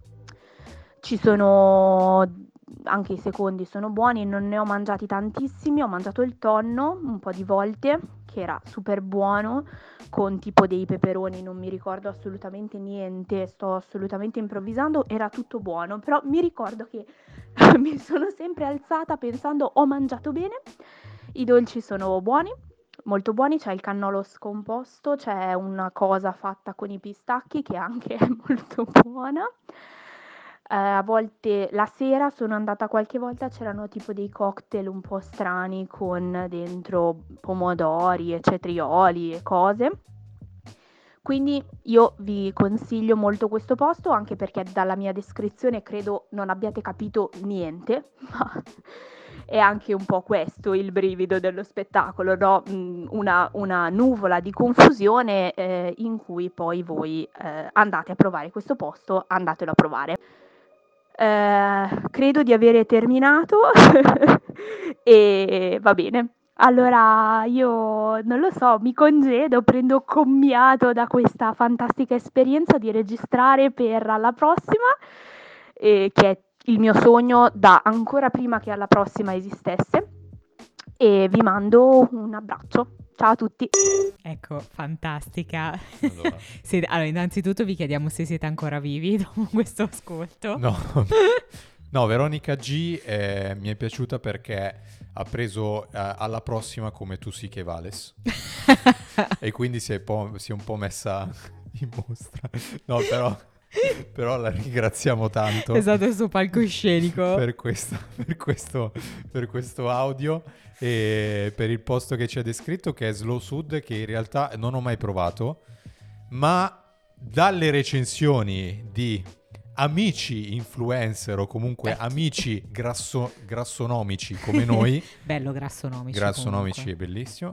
ci sono anche i secondi sono buoni, non ne ho mangiati tantissimi, ho mangiato il tonno un po' di volte, che era super buono, con tipo dei peperoni, non mi ricordo assolutamente niente, sto assolutamente improvvisando, era tutto buono, però mi ricordo che mi sono sempre alzata pensando ho mangiato bene, i dolci sono buoni, molto buoni, c'è il cannolo scomposto, c'è una cosa fatta con i pistacchi che anche è molto buona. Eh, a volte la sera sono andata qualche volta, c'erano tipo dei cocktail un po' strani con dentro pomodori e cetrioli e cose. Quindi io vi consiglio molto questo posto, anche perché dalla mia descrizione credo non abbiate capito niente, ma è anche un po' questo il brivido dello spettacolo, no? una, una nuvola di confusione eh, in cui poi voi eh, andate a provare questo posto, andatelo a provare. Eh, credo di avere terminato e va bene. Allora io non lo so, mi congedo, prendo commiato da questa fantastica esperienza di registrare per alla prossima, eh, che è il mio sogno da ancora prima che alla prossima esistesse, e vi mando un abbraccio. Ciao a tutti. Ecco, fantastica. Allora. Se- allora, innanzitutto vi chiediamo se siete ancora vivi dopo questo ascolto. No, no, Veronica G eh, mi è piaciuta perché ha preso eh, alla prossima come tu sì che vales e quindi si è, po- si è un po' messa in mostra. No, però, però la ringraziamo tanto. È stato il suo palcoscenico. per, questo, per, questo, per questo audio e per il posto che ci ha descritto, che è Slow Sud, che in realtà non ho mai provato, ma dalle recensioni di amici influencer o comunque Beh. amici grasso- grassonomici come noi, Bello grassonomici. grassonomici comunque. è bellissimo,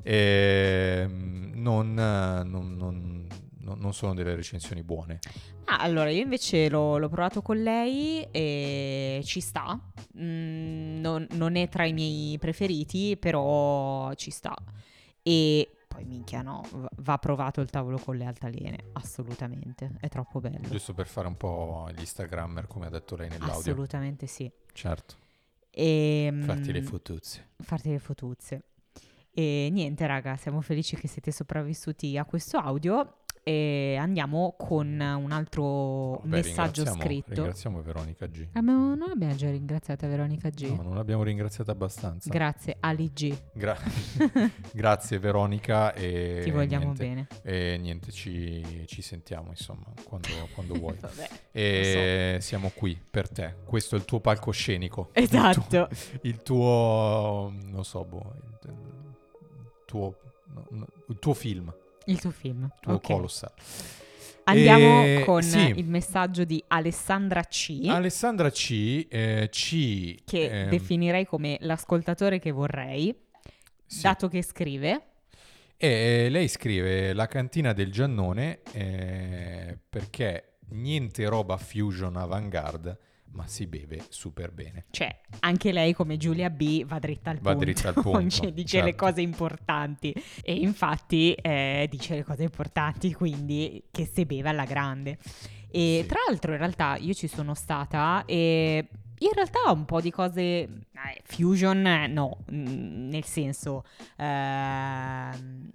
e non, non, non, non, non sono delle recensioni buone. Ah, allora io invece l'ho, l'ho provato con lei e ci sta. Mm, non, non è tra i miei preferiti, però ci sta. E poi minchia no, va- va provato il tavolo con le altalene, assolutamente, è troppo bello. Giusto per fare un po' gli Instagrammer, come ha detto lei nell'audio. Assolutamente sì. Certo. E, Farti le mm, fotuzze. farti le fotuzze. E niente raga, siamo felici che siete sopravvissuti a questo audio. E andiamo con un altro Vabbè, messaggio ringraziamo- scritto. Ringraziamo Veronica G. Abbiamo, noi abbiamo già ringraziato Veronica G. No, non l'abbiamo ringraziata abbastanza. Grazie Ali G. Gra- Grazie Veronica e Ti vogliamo niente, bene. E niente, ci, ci sentiamo insomma quando, quando vuoi. Vabbè, E siamo qui per te. Questo è il tuo palcoscenico. Esatto. Il tuo, il tuo non so, boh, il, il tuo no, no, il tuo film. Il tuo film. Il tuo Ok. Colossal. Andiamo E- con sì. il messaggio di Alessandra C. Alessandra C eh, ci che ehm, definirei come l'ascoltatore che vorrei, Sì. dato che scrive. E lei scrive la cantina del Giannone eh, perché niente roba fusion avant-garde, ma si beve super bene. Cioè, anche lei come Giulia B va dritta al Va punto. dritta al punto, Cioè, dice le certo. cose importanti. E infatti eh, dice le cose importanti, quindi che si beve alla grande. E Sì. tra l'altro, in realtà, io ci sono stata e in realtà un po' di cose eh, fusion eh, no, mm, nel senso ehm,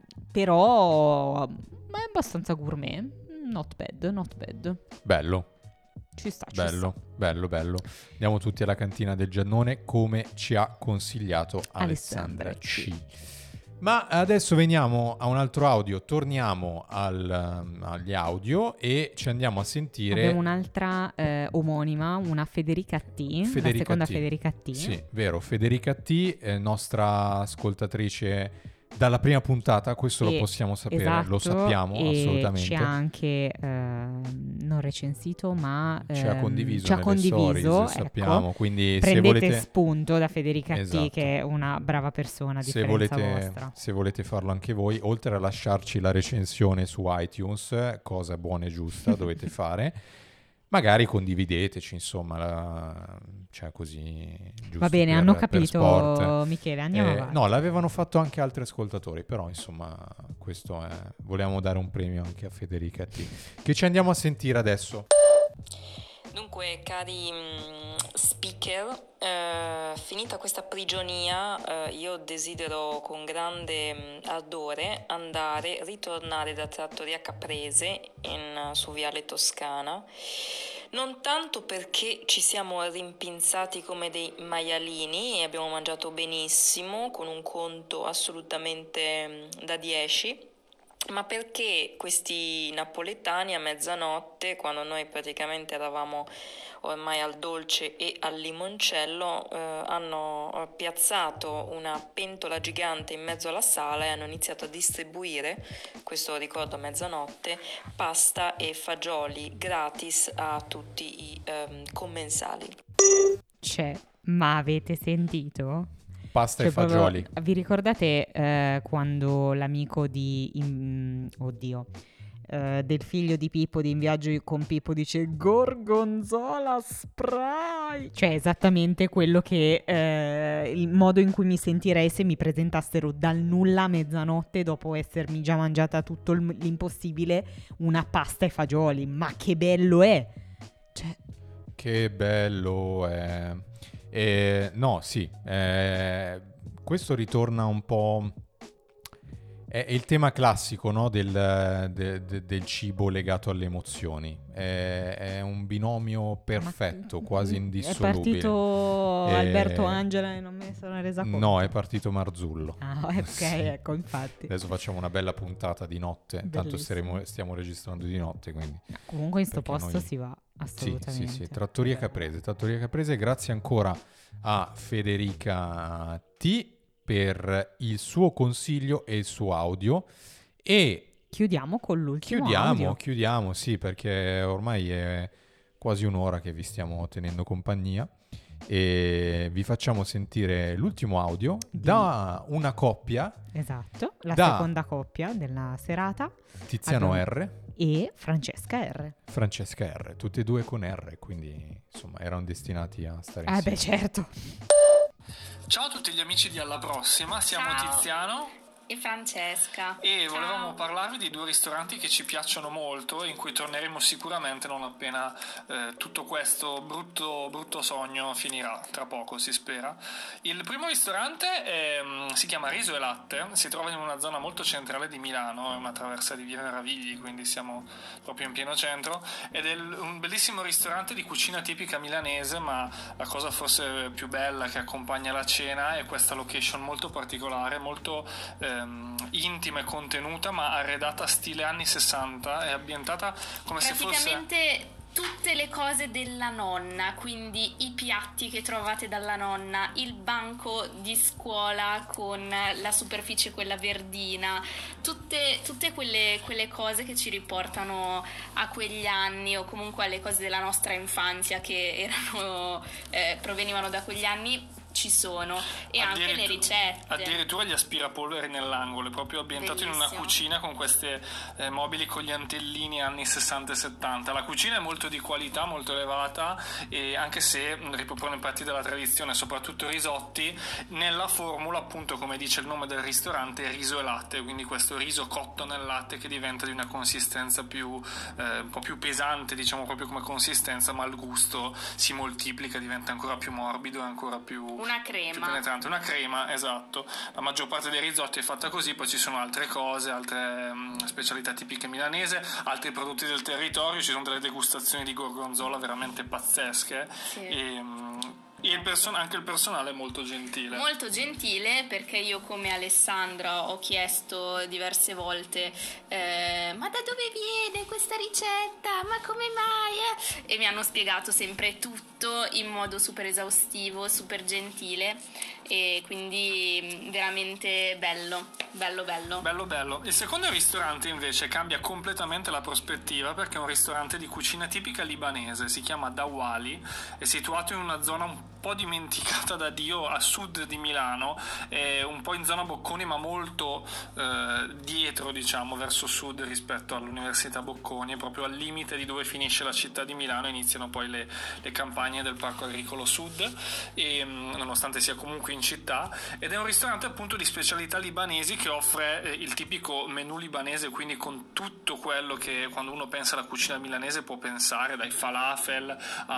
però è abbastanza gourmet. Not bad, not bad. Bello. Ci sta, ci bello, sta. bello, bello. Andiamo tutti alla cantina del Giannone come ci ha consigliato Alessandra, Alessandra C. Ma adesso veniamo a un altro audio, torniamo al, um, agli audio e ci andiamo a sentire... Abbiamo un'altra eh, omonima, una Federica T, Federica la seconda T. Federica T. Sì, vero, Federica T, eh, nostra ascoltatrice dalla prima puntata, questo E, lo possiamo sapere, esatto, lo sappiamo e assolutamente. ci ha anche eh, non recensito, ma Ci ha ehm, condiviso ci ha nelle condiviso, stories, ecco. sappiamo, quindi se prendete volete spunto da Federica Esatto. T, che è una brava persona a se differenza volete, vostra. se volete farlo anche voi, oltre a lasciarci la recensione su iTunes, cosa buona e giusta dovete fare, magari condivideteci, insomma, la, cioè così giusto. Va bene, per, hanno per capito, sport. Michele, andiamo Eh, avanti. no, l'avevano fatto anche altri ascoltatori, però insomma questo è, volevamo dare un premio anche a Federica T, che ci andiamo a sentire adesso. Dunque, cari mh, speaker, eh, finita questa prigionia, eh, io desidero con grande mh, ardore andare, ritornare da Trattoria Caprese in, su Viale Toscana, non tanto perché ci siamo rimpinzati come dei maialini e abbiamo mangiato benissimo, con un conto assolutamente mh, da dieci, ma perché questi napoletani a mezzanotte, quando noi praticamente eravamo ormai al dolce e al limoncello, eh, hanno piazzato una pentola gigante in mezzo alla sala e hanno iniziato a distribuire, questo lo ricordo a mezzanotte, pasta e fagioli gratis a tutti i ehm, commensali. C'è, ma avete sentito? Pasta Cioè, e fagioli. proprio- vi ricordate eh, quando l'amico di... in- oddio... eh, del figlio di Pippo di In viaggio con Pippo dice Gorgonzola spray, cioè esattamente quello che eh, il modo in cui mi sentirei se mi presentassero dal nulla a mezzanotte dopo essermi già mangiata tutto il- l'impossibile una pasta e fagioli. Ma che bello è, cioè Che bello è. Eh, no, sì, eh, questo ritorna un po'... È, è il tema classico, no, del, de- de- del cibo legato alle emozioni. È, è un binomio perfetto, quasi è indissolubile. partito Eh, Alberto Angela e non me ne sono resa conto. No, è partito Marzullo. Ah, ok, Sì. ecco, infatti. Adesso facciamo una bella puntata di notte, tanto Bellissimo. staremo- stiamo registrando di notte, quindi... Comunque in sto perché posto noi- si va Sì, assolutamente. sì, sì, Trattoria Caprese, Trattoria Caprese, grazie ancora a Federica T per il suo consiglio e il suo audio e Chiudiamo con l'ultimo chiudiamo, audio. chiudiamo, sì, perché ormai è quasi un'ora che vi stiamo tenendo compagnia e vi facciamo sentire l'ultimo audio da una coppia, Esatto, la Da- seconda coppia della serata. Tiziano Abbiamo- R, E Francesca R. Francesca R, tutte e due con R, quindi insomma erano destinati a stare Eh insieme. beh, certo. Ciao a tutti gli amici di Alla Prossima, siamo Ciao. Tiziano E Francesca. e volevamo parlarvi di due ristoranti che ci piacciono molto e in cui torneremo sicuramente non appena eh, tutto questo brutto, brutto sogno finirà, tra poco si spera. Il primo ristorante è, mm, si chiama Riso e Latte, si trova in una zona molto centrale di Milano, è una traversa di Via Meravigli, quindi siamo proprio in pieno centro, ed è l- un bellissimo ristorante di cucina tipica milanese, ma la cosa forse più bella che accompagna la cena è questa location molto particolare, molto ehm, intima e contenuta, ma arredata stile anni sessanta e ambientata come se fosse... Praticamente tutte le cose della nonna, quindi i piatti che trovate dalla nonna, il banco di scuola con la superficie quella verdina, tutte, tutte quelle, quelle cose che ci riportano a quegli anni o comunque alle cose della nostra infanzia che erano eh, provenivano da quegli anni. Ci sono e anche le Addirittu- ricette. Addirittura gli aspirapolvere nell'angolo, è proprio ambientato in una Bellissimo. cucina con queste eh, mobili con gli antellini anni sessanta e settanta. La cucina è molto di qualità, molto elevata, e anche se mh, ripropone parti della tradizione, soprattutto risotti, nella formula, appunto, come dice il nome del ristorante, riso e latte, quindi questo riso cotto nel latte che diventa di una consistenza più eh, un po' più pesante, diciamo, proprio come consistenza, ma il gusto si moltiplica, diventa ancora più morbido e ancora più Una una crema. Più penetrante, una crema, esatto. La maggior parte dei risotti è fatta così, poi ci sono altre cose, altre um, specialità tipiche milanese, altri prodotti del territorio, ci sono delle degustazioni di gorgonzola veramente pazzesche. Sì. E, um, E il person- anche il personale è molto gentile. Molto gentile, perché io come Alessandra ho chiesto diverse volte eh, ma da dove viene questa ricetta? Ma come mai? E mi hanno spiegato sempre tutto in modo super esaustivo, super gentile, e quindi veramente bello, bello bello. Bello bello. Il secondo ristorante invece cambia completamente la prospettiva, perché è un ristorante di cucina tipica libanese, si chiama Dawali, è situato in una zona un po' dimenticata da Dio a sud di Milano, è un po' in zona Bocconi, ma molto eh, dietro, diciamo, verso sud rispetto all'Università Bocconi, è proprio al limite di dove finisce la città di Milano e iniziano poi le, le campagne del Parco Agricolo Sud, e, nonostante sia comunque in città, ed è un ristorante appunto di specialità libanesi che offre eh, il tipico menù libanese, quindi con tutto quello che quando uno pensa alla cucina milanese può pensare, dai falafel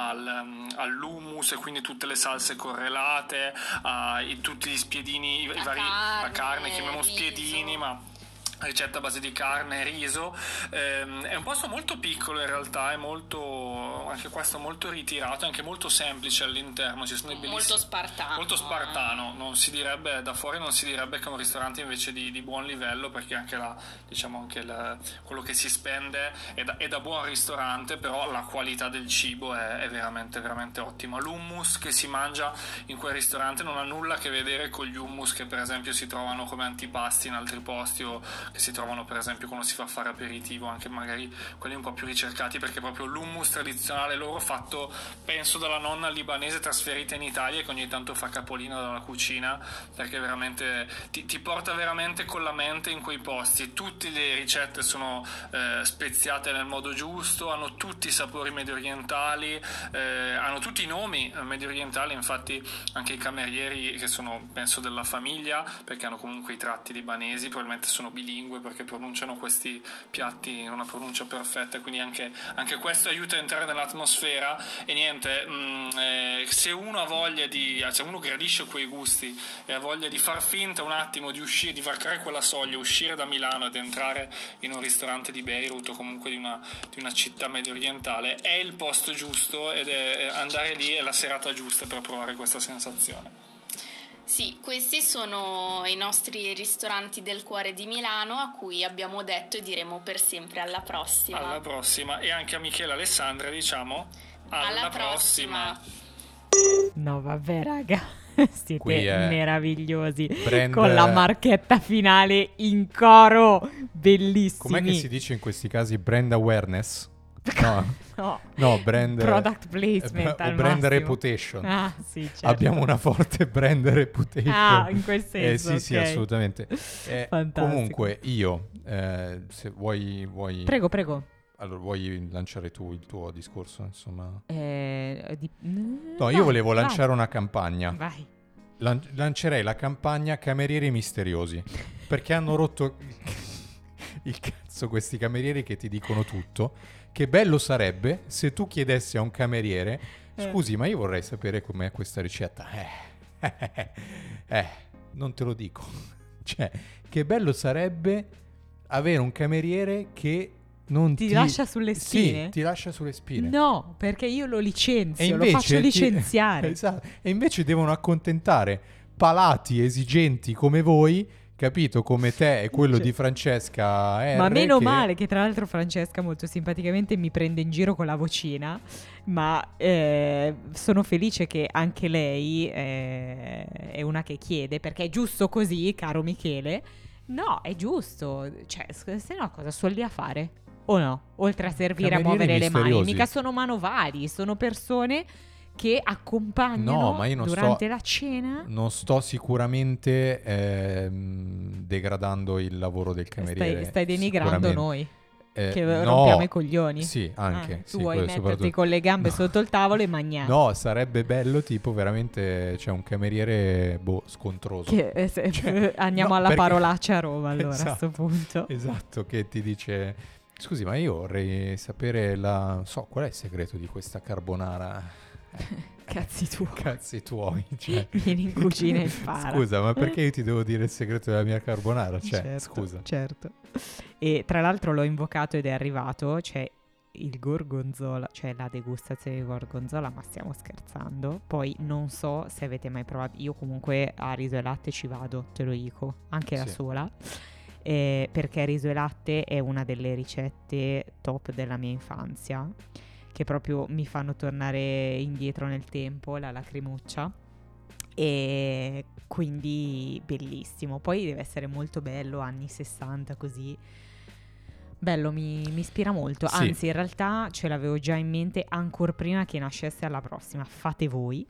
al, all'hummus e quindi tutte le salse correlate, a i, tutti gli spiedini, i, i vari, carne, la carne, chiamiamo riso. spiedini, ma ricetta a base di carne e riso. Ehm, è un posto molto piccolo in realtà, è molto, anche questo molto ritirato, anche molto semplice all'interno, ci sono dei bellissimi, molto spartano molto spartano, non si direbbe, da fuori non si direbbe che è un ristorante invece di, di buon livello, perché anche la, diciamo anche la, quello che si spende è da, è da buon ristorante, però la qualità del cibo è, è veramente veramente ottima. L'hummus che si mangia in quel ristorante non ha nulla a che vedere con gli hummus che per esempio si trovano come antipasti in altri posti, o che si trovano per esempio quando si fa fare aperitivo, anche magari quelli un po' più ricercati, perché proprio l'hummus tradizionale loro, fatto penso dalla nonna libanese trasferita in Italia e che ogni tanto fa capolino dalla cucina, perché veramente ti, ti porta veramente con la mente in quei posti. Tutte le ricette sono eh, speziate nel modo giusto, hanno tutti i sapori medio orientali, eh, hanno tutti i nomi medio orientali, infatti anche i camerieri, che sono penso della famiglia, perché hanno comunque i tratti libanesi, probabilmente sono bilingue perché pronunciano questi piatti in una pronuncia perfetta, quindi anche, anche questo aiuta a entrare nell'atmosfera. E niente, mh, eh, se uno ha voglia di, se uno gradisce quei gusti e ha voglia di far finta un attimo di uscire, di varcare quella soglia, uscire da Milano ed entrare in un ristorante di Beirut o comunque di una, di una città medio orientale, è il posto giusto, ed è andare lì è la serata giusta per provare questa sensazione. Sì, questi sono i nostri ristoranti del cuore di Milano, a cui abbiamo detto e diremo per sempre alla prossima. Alla prossima, e anche a Michele e Alessandra diciamo alla, alla prossima. prossima. No, vabbè, raga, siete Qui è meravigliosi. brand- Con la marchetta finale in coro, bellissimi. Com'è che si dice in questi casi? Brand awareness? No, no. no, brand Product placement eh, al o brand massimo. reputation. Ah, sì, certo. Abbiamo una forte brand reputation. Ah, in quel senso. Eh, sì, sì, ok. assolutamente. Eh, Fantastico. comunque io, eh, se vuoi, vuoi... Prego, prego. Allora, vuoi lanciare tu il tuo discorso, insomma? Eh, di... No, io volevo lanciare una campagna. Vai. Lan- lancerei la campagna Camerieri Misteriosi, perché hanno rotto il cazzo questi camerieri che ti dicono tutto. Che bello sarebbe se tu chiedessi a un cameriere: scusi, ma io vorrei sapere com'è questa ricetta. Eh, eh, eh, non te lo dico. Cioè, che bello sarebbe avere un cameriere che non ti... Ti lascia sulle spine? Sì, ti lascia sulle spine. No, perché io lo licenzio, E lo invece faccio ti- licenziare. Esatto. E invece devono accontentare palati esigenti come voi, capito? Come te e quello Cioè, di Francesca R. Ma meno che... male che tra l'altro Francesca molto simpaticamente mi prende in giro con la vocina, ma eh, sono felice che anche lei eh, è una che chiede, perché è giusto così, caro Michele. No, è giusto, cioè se no cosa sono lì a fare? O no? Oltre a servire Camerieri a muovere le mani, misteriosi. mica sono manovali, sono persone che accompagnano No, ma io non durante sto- la cena. Non sto sicuramente ehm, degradando il lavoro del cameriere. Stai, stai denigrando sicuramente. noi. Eh, che no, rompiamo i coglioni. Sì, anche. Ah, tu sì, vuoi quello metterti soprattutto. con le gambe No. sotto il tavolo e mangiare. No, sarebbe bello, tipo veramente c'è un cameriere boh, scontroso. Che, eh, se- Cioè, andiamo no, alla perché- parolaccia a Roma allora a Esatto, sto punto. Esatto, che ti dice: scusi, ma io vorrei sapere la... so, qual è il segreto di questa carbonara? Eh, Cazzi tuoi. Cazzi tuoi. Cioè. Vieni in cucina e impara. Scusa, ma perché io ti devo dire il segreto della mia carbonara? Cioè, certo, scusa. Certo. E tra l'altro l'ho invocato ed è arrivato, cioè il gorgonzola, cioè la degustazione di gorgonzola, ma stiamo scherzando? Poi non so se avete mai provato, io comunque a riso e latte ci vado, te lo dico, anche da Sì. sola. Eh, perché riso e latte è una delle ricette top della mia infanzia, che proprio mi fanno tornare indietro nel tempo, la lacrimuccia, e quindi bellissimo. Poi deve essere molto bello, anni sessanta così, bello, mi, mi ispira molto. Sì. Anzi, in realtà ce l'avevo già in mente ancora prima che nascesse alla prossima, fate voi.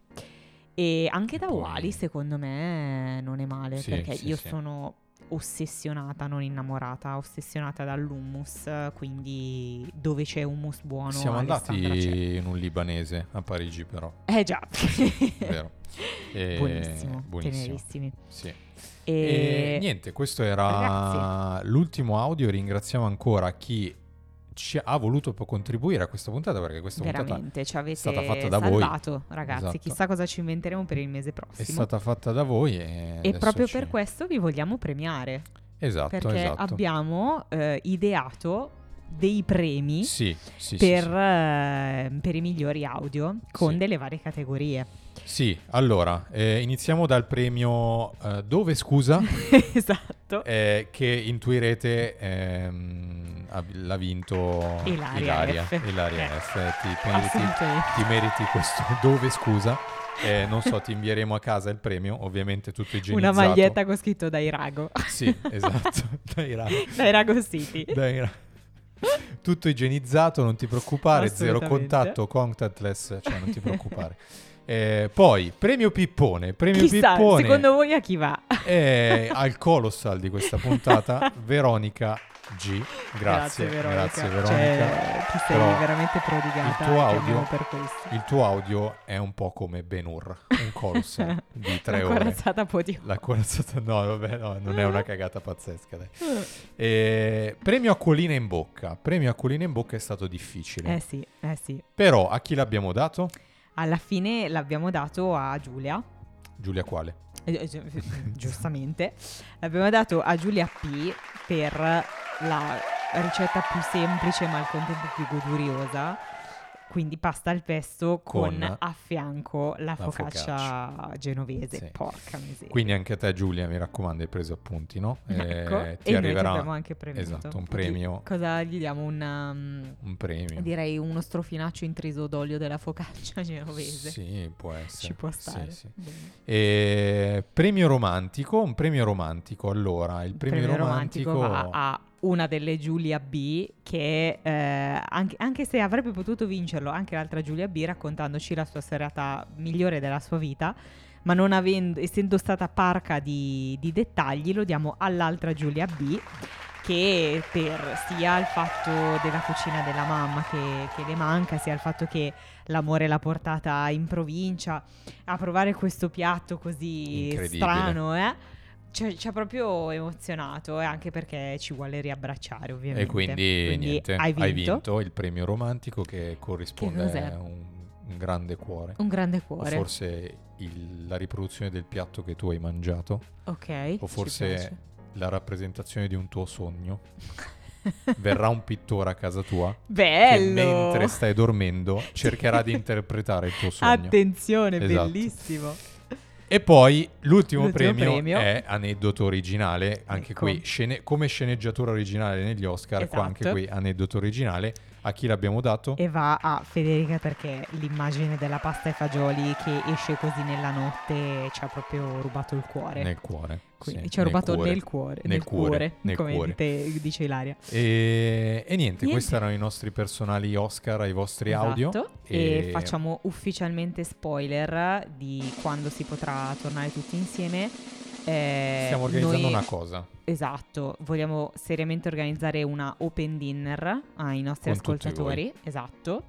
E anche da Poi- Wally secondo me non è male, Sì, perché sì, io sì. sono ossessionata, non innamorata, ossessionata dall'hummus, quindi dove c'è hummus buono Siamo Alessandra c'è. andati in un libanese a Parigi, però. Eh già. Vero. E- Buonissimo, buonissimo. tenerissimi. Sì. E... E niente, questo era Ragazzi. l'ultimo audio. Ringraziamo ancora chi ci ha voluto po- contribuire a questa puntata, perché questa Veramente ci puntata avete è stata fatta da voi. salvato, ragazzi. Esatto. Chissà cosa ci inventeremo per il mese È prossimo. stata fatta da voi e, E adesso proprio ci- per questo vi vogliamo premiare. Esatto, Perché esatto. abbiamo eh, ideato dei premi Sì, sì, sì, per, sì. eh, per i migliori audio con Sì. delle varie categorie. Sì, allora, eh, iniziamo dal premio eh, Dove scusa? Esatto. eh, che intuirete ehm, ha- l'ha vinto Ilaria Ilaria, F. Ilaria Eh, F. Ti meriti, assolutamente. ti meriti questo Dove scusa? Eh, non so, ti invieremo a casa il premio, ovviamente tutto igienizzato. Una maglietta con scritto Dai Rago. Sì, esatto, dai Rago. Dai Rago City. Dai Ra- tutto igienizzato, non ti preoccupare, zero Assolutamente. contatto, contactless, cioè non ti preoccupare. Eh, poi, premio Pippone, premio Chissà, Pippone secondo voi a chi va? è al colossal di questa puntata, Veronica G. Grazie, Grazie, Veronica. grazie Veronica. Cioè, ti sei Però veramente prodigata, Il tuo ti audio, amiamo per questo. il tuo audio è un po' come Ben-Hur, un colossal di tre La ore. corazzata podio. La corazzata, no, vabbè, no, non è una cagata pazzesca, dai. Eh, premio Acquolina in bocca. Premio Acquolina in bocca è stato difficile. Eh sì, eh sì. Però a chi l'abbiamo dato? Alla fine l'abbiamo dato a Giulia. Giulia quale? Eh, eh, gi- giustamente. L'abbiamo dato a Giulia P per la ricetta più semplice ma al contempo più goduriosa. Quindi pasta al pesto con, Con a fianco la, la focaccia, focaccia. genovese. Sì. Porca miseria. Quindi anche a te Giulia, mi raccomando, hai preso appunti, no? Ecco, Eh, e ti noi arriverà ti abbiamo anche premiato. Esatto, un Gli- premio, Cosa gli diamo? Un, um, un premio. direi uno strofinaccio intriso d'olio della focaccia genovese. Sì, può essere. Ci può Sì, stare. sì. Bene. E premio romantico, un premio romantico. Allora, il Il premio, premio romantico, romantico va a una delle Giulia B che eh, anche, anche se avrebbe potuto vincerlo anche l'altra Giulia B raccontandoci la sua serata migliore della sua vita, ma non avendo, essendo stata parca di, di dettagli, lo diamo all'altra Giulia B, che per sia il fatto della cucina della mamma che, che le manca, sia il fatto che l'amore l'ha portata in provincia a provare questo piatto così Incredibile. strano, eh? Ci ci ha proprio emozionato, e anche perché ci vuole riabbracciare, ovviamente. e quindi, niente, hai vinto. il premio romantico che corrisponde Che cos'è? a un, un grande cuore. Un grande O cuore. forse il- la riproduzione del piatto che tu hai mangiato. Ok. O ci forse piace. la rappresentazione di un tuo sogno. Verrà un pittore a casa tua Bello! che mentre stai dormendo cercherà di interpretare il tuo sogno. Attenzione, Esatto. bellissimo. E poi l'ultimo, L'ultimo premio, premio. è aneddoto originale, anche Ecco. qui scene- come sceneggiatura originale negli Oscar, qua anche Esatto. qui aneddoto originale. A chi l'abbiamo dato? E va a Federica, perché l'immagine della pasta ai fagioli che esce così nella notte ci ha proprio rubato il cuore. Nel cuore. Quindi sì, ci ha nel rubato cuore. nel cuore, Nel nel cuore, cuore, nel come cuore. te- dice Ilaria. E, e niente, Niente. questi erano i nostri personali Oscar ai vostri audio. Esatto. E facciamo ufficialmente spoiler di quando si potrà tornare tutti insieme. Eh, Stiamo organizzando noi- una cosa. Esatto, vogliamo seriamente organizzare una open dinner ai nostri Con tutti ascoltatori. Esatto.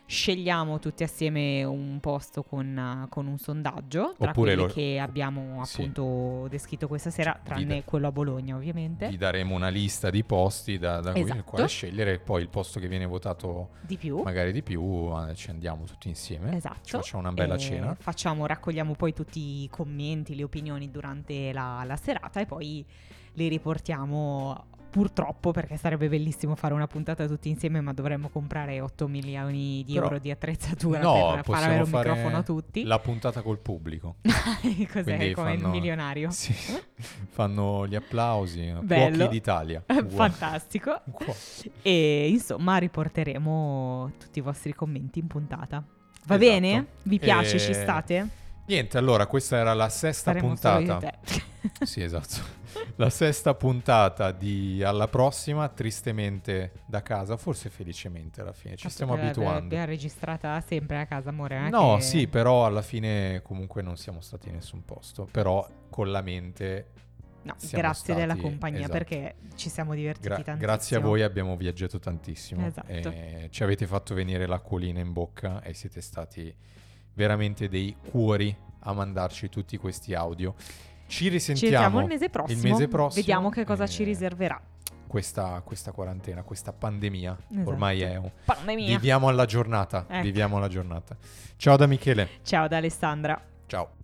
scegliamo tutti assieme un posto con, con un sondaggio tra Oppure quelli lo- che abbiamo sì. appunto descritto questa sera, tranne da- quello a Bologna ovviamente. Vi daremo una lista di posti da, da cui- Esatto. nel quale scegliere, poi il posto che viene votato Di più. magari di più, eh, ci andiamo tutti insieme. Esatto. Ci facciamo una bella E cena. Facciamo, raccogliamo poi tutti i commenti, le opinioni durante la, la serata e poi li riportiamo, purtroppo, perché sarebbe bellissimo fare una puntata tutti insieme, ma dovremmo comprare otto milioni di Però- euro di attrezzatura No, per far possiamo avere un fare microfono a tutti. la puntata col pubblico. Cos'è? Quindi Come il fanno- milionario? Sì, fanno gli applausi. Bello. Cuochi d'Italia. Uguale. Fantastico. E insomma riporteremo tutti i vostri commenti in puntata. Va Esatto. bene? Vi piace? E- Ci state? Niente, allora questa era la sesta Saremo solo io puntata. e te. Sì, esatto. La sesta puntata di Alla prossima, tristemente da casa, forse felicemente alla fine, ci stiamo Perché abituando. L'abbiamo registrata sempre a casa, amore. non è No, che- sì, però alla fine comunque non siamo stati in nessun posto, però con la mente No, siamo grazie della stati- compagnia, esatto. perché ci siamo divertiti Gra- tantissimo. grazie a voi abbiamo viaggiato tantissimo. Esatto. E ci avete fatto venire l'acquolina in bocca e siete stati veramente dei cuori a mandarci tutti questi audio. Ci Ci risentiamo vediamo il mese prossimo. il mese prossimo. Vediamo che cosa e ci riserverà. Questa, questa quarantena, questa pandemia. Esatto. Ormai è un... Pandemia. Viviamo alla giornata. Ecco. Viviamo alla giornata. Ciao da Michele. Ciao da Alessandra. Ciao.